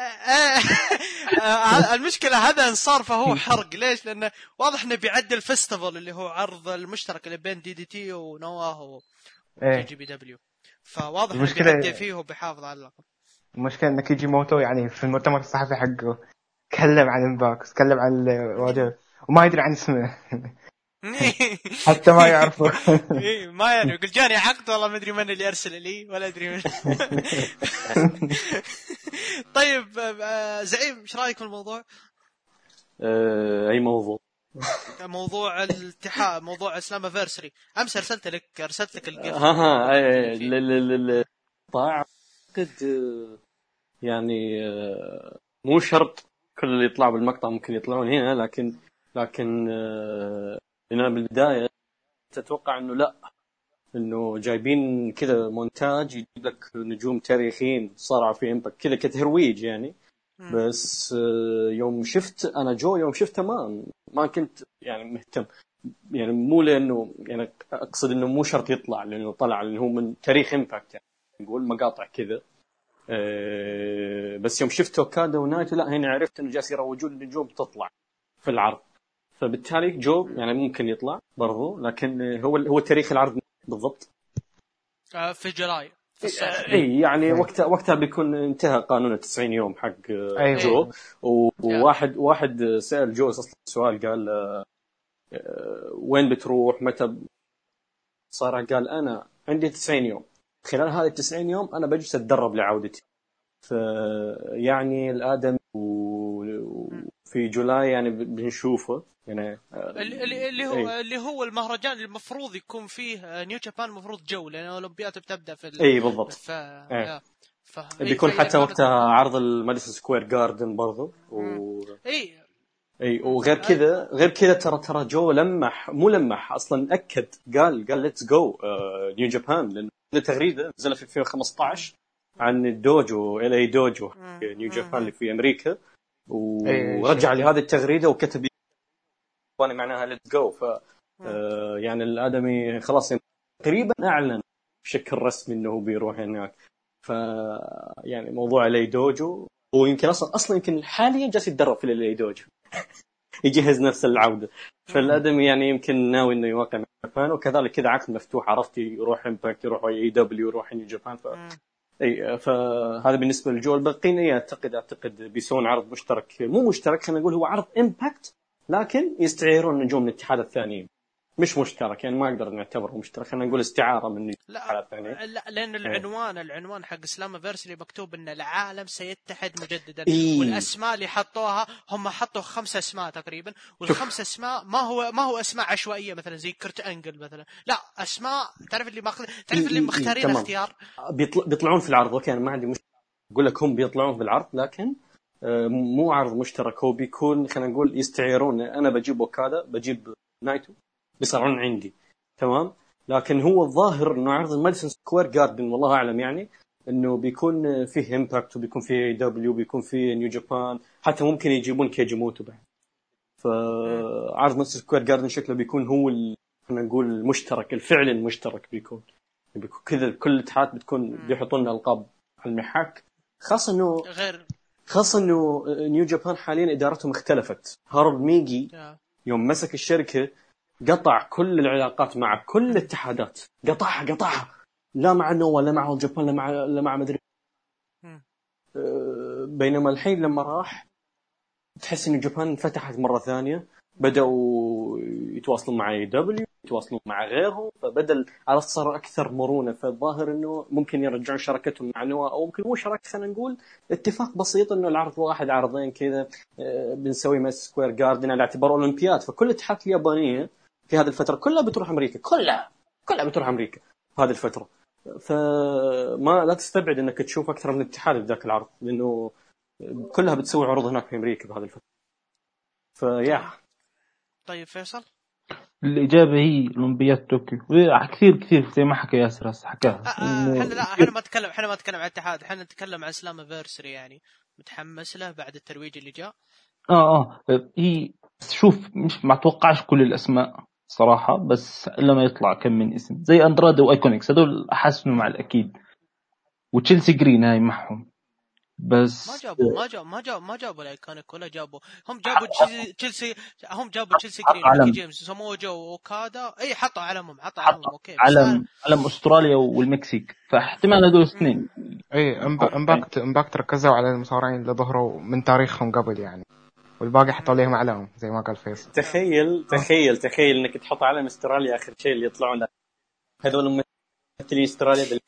المشكلة هذا انصار فهو حرق. ليش؟ لأنه واضح انه بيعدل فيستيفال اللي هو عرض المشترك اللي بين دي تي ونواه جي بي دبليو، فواضح انه بيعدل فيه وبيحافظ على اللقب. المشكلة ان كيجي موتو يعني في المؤتمر الصحفي حقه تكلم عن امباكت، تكلم عن الواجهة وما يدري عن اسمه حتى ما يعرفه. ما يعني يقول جاني عقد والله ما ادري من اللي ارسل لي ولا ادري من. طيب زعيم ايش رايك في الموضوع؟ اي موضوع؟ موضوع الاتحاد، موضوع اسلامافيرسري، امس ارسلت لك الجيف. طاع قد يعني مو شرط كل اللي يطلع بالمقطع ممكن يطلعون هنا، لكن هنا بالبداية تتوقع انه لا، انه جايبين كذا مونتاج يجيب لك نجوم تاريخيين صاروا في امباكت كذا كتهرويج يعني. بس يوم شفت انا يوم شفته ما كنت يعني مهتم، يعني مو لانه يعني اقصد انه مو شرط يطلع لانه طلع لانه هو من تاريخ امباكت يعني نقول مقاطع كذا. بس يوم شفت اوكادا ونايتو لا هنا عرفت انه جالس يروجون النجوم تطلع في العرض، فبالتالي جو يعني ممكن يطلع برضو، لكن هو تاريخ العرض بالضبط في جولاي في الصيف. اي يعني وقتها بيكون انتهى قانون 90 يوم حق جو. وواحد سأل جو اصلا سؤال، قال وين بتروح متى صار؟ قال انا عندي 90 يوم، خلال هذه 90 يوم انا بجلس اتدرب لعودتي. فيعني الادم وفي جولاي يعني بنشوفه يعني اللي هو المهرجان اللي المفروض يكون فيه نيو جابان، المفروض جو لان الاولمبياد بتبدا في اي بالضبط. بيكون حتى وقتها عرض الماديسون سكوير جاردن برضو اي وغير كذا ترى جو لمح اصلا اكد قال ليتس جو نيو جابان، لان تغريده نزلت في 2015 عن الدوجو LA دوجو نيو جابان اللي في امريكا، ورجع لي هذه التغريده وكتب وانا معناها ليتس جو. ف يعني الادمي خلاص تقريبا اعلن بشكل رسمي انه بيروح هناك. ف يعني موضوع LA دوجو ويمكن اصلا يمكن حاليا جالس يتدرب في LA دوجو يجهز نفسه للعوده. فالادمي يعني يمكن ناوي انه يوقع مع جابان، وكذلك كذا عقد مفتوح، عرفتي يروح امباكت، يروح AEW، يروح نيو جابان. فهذا بالنسبه للجو. الباقيين اعتقد بيسوون عرض مشترك، مو مشترك، خلينا نقول هو عرض امباكت لكن يستعيرون نجوم من الاتحاد الثانيين، مش مشترك يعني ما اقدر نعتبره مشترك، خلينا نقول استعاره من الاتحاد الثاني. لا لان العنوان حق اسلامافيرسري مكتوب ان العالم سيتحد مجددا. والاسماء اللي حطوها هم حطوا 5 اسماء تقريبا، والخمس اسماء ما هو اسماء عشوائيه مثلا زي كرت انجل مثلا، لا اسماء تعرف اللي مختارين اختيار بيطلعون في العرض. اوكي انا ما عندي مشكله اقول لك هم بيطلعون في العرض، لكن مو عرض مشترك، هو بيكون خلينا نقول يستعيرون، انا بجيب اوكادا بجيب نايتو بيصيرون عندي تمام. لكن هو الظاهر انه عرض الماديسون سكوير جاردن والله اعلم يعني انه بيكون فيه امباكت وبيكون فيه AEW بيكون فيه نيو جابان، حتى ممكن يجيبون كيجيموتو بعد. فعرض ماديسون سكوير جاردن شكله بيكون هو خلينا نقول المشترك الفعلي المشترك، بيكون كذا كل الاتحاد بتكون بيحطون القاب على المحك، خاصه انه نيو جابان حاليا ادارتهم اختلفت. هارولد ميجي يوم مسك الشركه قطع كل العلاقات مع كل الاتحادات، قطعها لا مع نو ولا مع جابان لا مع مدري. بينما الحين لما راح تحس ان جابان فتحت مره ثانيه، بدأوا يتواصلون مع AEW، يتواصلون مع غيرهم، فبدل على صار أكثر مرونة. فالظاهر إنه ممكن يرجعون شركتهم مع نوا، أو ممكن مو شركة، خلينا نقول اتفاق بسيط إنه العرض واحد عرضين كذا بنسوي مع سكوير جاردن على اعتبار أولمبياد. فكل الاتحادات اليابانية في هذه الفترة كلها بتروح أمريكا، كلها بتروح أمريكا في هذه الفترة. فما لا تستبعد إنك تشوف أكثر من اتحاد في ذاك العرض، لأنه كلها بتسوي عروض هناك في أمريكا بهذه الفترة. فيا طيب فيصل الإجابة هي أولمبياد طوكيو. كثير زي ما حكى ياسر حكاها. احنا ما نتكلم عن الاتحاد، احنا نتكلم عن اسلامافيرسري، يعني متحمس له بعد الترويج اللي جاء. هي شوف مش ما اتوقعش كل الأسماء صراحة، بس لما يطلع كم من اسم زي أندرادا وأيكونيكس هذول أحسنوا مع الأكيد، وتشيلسي جرين هاي معهم. بس ما جابوا الايكونيك ولا جابوا، هم جابوا تشيلسي، جرين ميكي جيمس سمو جو وكادا، اي حطوا علمهم اوكي علم استراليا والمكسيك، فاحتمال هذول الاثنين. اي امباكت ركزوا على المصارعين اللي ظهروا من تاريخهم قبل يعني، والباقي حطوا لهم علم زي ما قال فيصل. تخيل انك تحط علم استراليا اخر شيء اللي يطلعون هذول مثلين استراليا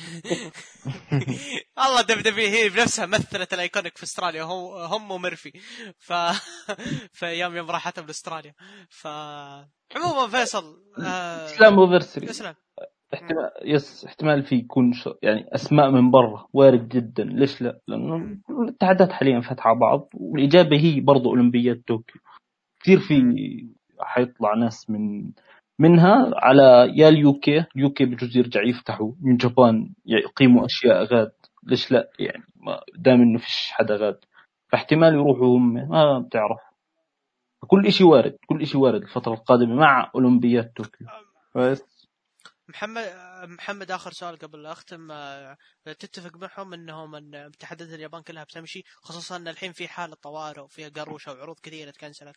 الله دبدبي هي بنفسها مثلت الايكونيك في استراليا هم وميرفي في يوم راحتهم لاستراليا. عموما فيصل اسلام اوفرسري اسلام احتمال في يكون يعني اسماء من برا وارد جدا. ليش لا؟ لانه الاتحادات حاليا فتحوا بعض، والاجابه هي برضو اولمبياد طوكيو. كثير في حيطلع ناس منها على يا اليوكي بجوز يرجع يفتحوا من جابان يقيموا اشياء غاد. ليش لا يعني؟ ما دام انه فيش حدا غاد فاحتمال يروحوا هم، ما بتعرف. كل إشي وارد، كل إشي وارد الفترة القادمة مع أولمبياد طوكيو. بس محمد آخر سؤال قبل أختم، تتفق معهم أنهم أن اتحادات اليابان كلها بتمشي، خصوصا أن الحين في حالة طوارئ وفيها قروشة وعروض كثيرة تكنسلت؟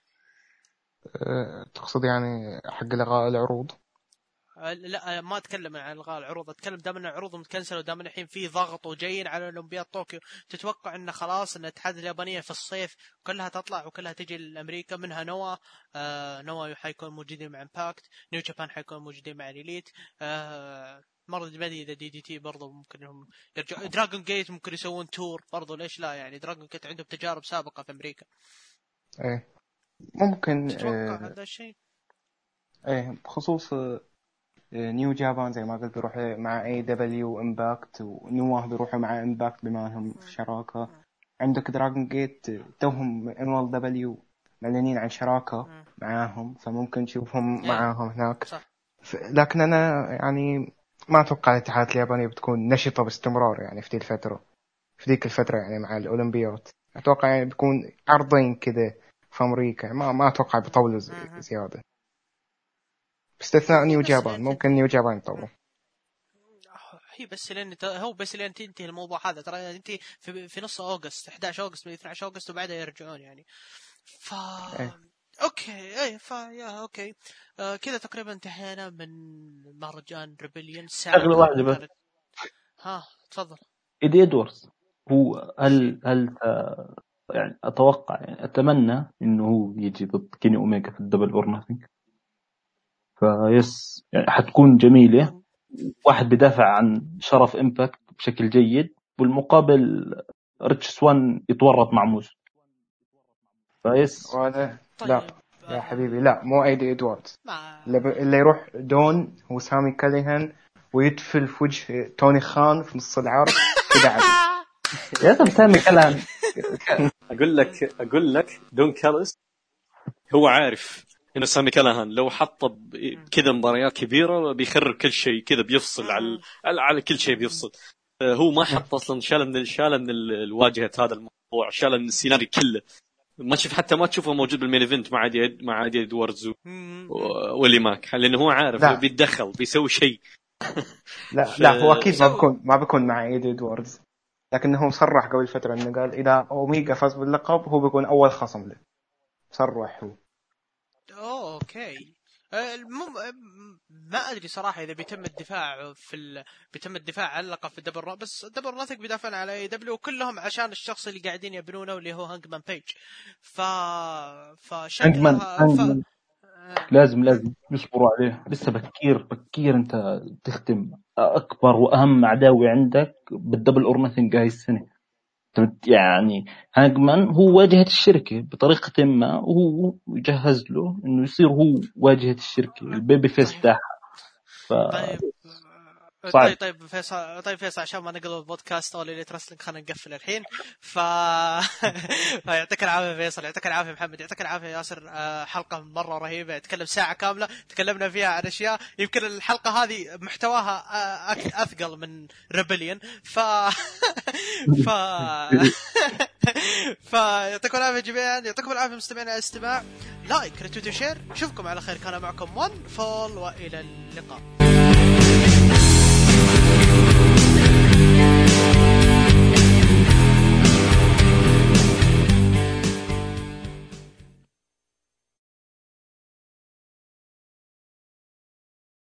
تقصد يعني حق لغاء العروض؟ لا ما اتكلم عن الغاء العروض، اتكلم دام ان العروض متكنسله ودام الحين في ضغط وجايين على اولمبياد طوكيو. تتوقع ان خلاص ان الاتحاد اليابانيه في الصيف كلها تطلع وكلها تجي لامريكا، منها نوا حيكون موجودين مع امباكت، نيو جابان حيكون موجودين مع اليليت، مرة بدي اذا دي تي برضو ممكن انهم يرجعوا، دراغون جيت ممكن يسوون تور برضو، ليش لا؟ يعني دراغون جيت عندهم تجارب سابقه في امريكا. ايه ممكن. تتوقع هذا الشيء؟ ايه بخصوص نيو جابان زي ما قلت بيروح مع اي دبليو امباكت، ونواه بيروحوا مع امباكت بما انهم في شراكه. عندك دراغون جيت توهم انوال دبليو معلنين عن شراكه معاهم، فممكن نشوفهم معاهم هناك. لكن انا يعني ما اتوقع الاتحادات اليابانيه بتكون نشطه باستمرار يعني في ذيك الفتره يعني مع الاولمبيات. اتوقع يعني بيكون عرضين كذا في امريكا، ما اتوقع بيطولوا زياده، باستثناء نيو جابان. ممكن نيو جابان يطول. هي بس لين هو بس لين تنتهي الموضوع هذا، ترى انت في نص اوغست، 11 اوغست من 12 اوغست وبعدها يرجعون يعني. اوكي اي يا اوكي. كذا تقريبا انتهينا من مهرجان ريبليون. شغله واحده بس. تفضل. ايدي ادواردز هو هل يعني اتوقع يعني اتمنى انه هو يجي ضد كيني اوميجا في الدبل اور ناثينج. فيس يعني حتكون جميله، واحد بدافع عن شرف امباكت بشكل جيد، والمقابل ريتش سوان يتورط مع موز. فيس طيب. لا يا حبيبي، لا مو ايدي ادواردز. اللي يروح دون هو سامي كاليهان ويدفل في وجه توني خان في نص العرض كده عادي. يا طب سامي كاليهان اقول لك دون كاليس هو عارف انه سامي كاليهان لو حط كذا مباريات كبيره بيخرب كل شيء، كذا بيفصل على كل شيء بيفصل. هو ما حط اصلا شاله من الواجهه هذا الموضوع، شاله من السيناريو كله. ما شوف حتى ما تشوفه موجود بالمين ايفنت مع ايدي ادواردز واللي ماك، لانه هو عارف بيتدخل بيسوي شيء. لا هو اكيد ما بيكون مع ايدي ادواردز، لكنه صرح قبل فتره انه قال اذا اوميجا فاز باللقب هو بيكون اول خصم له. صرح هو. اوكي. ما ادري صراحه اذا بيتم الدفاع على اللقب في الدبل، بس الدبل ناثينج بيدافعون على اي دبليو وكلهم عشان الشخص اللي قاعدين يبنونه اللي هو هانجمان بيج. هانجمان لازم يصبروا عليه، لسه بكير انت تختم اكبر واهم عداوه عندك بالدبل اور ناثينج هاي السنه. يعني هانجمان هو واجهة الشركة بطريقة ما، وهو يجهز له انه يصير هو واجهة الشركة البيبي فيس تاعها. طيب فيصل عشان ما نقلب البودكاست او اللي ترسلك خلينا نقفل الحين. يعطيك العافيه فيصل، يعطيك العافيه محمد، يعطيك العافيه ياسر. حلقه مره رهيبه، نتكلم ساعه كامله تكلمنا فيها عن اشياء يمكن الحلقه هذه محتواها اثقل من ريبليون. يعطيكم العافيه جميعا، يعطيكم العافيه مستمعينا على الاستماع. لايك ريتويت وشير. نشوفكم على خير. كان معكم 1 فول والى اللقاء.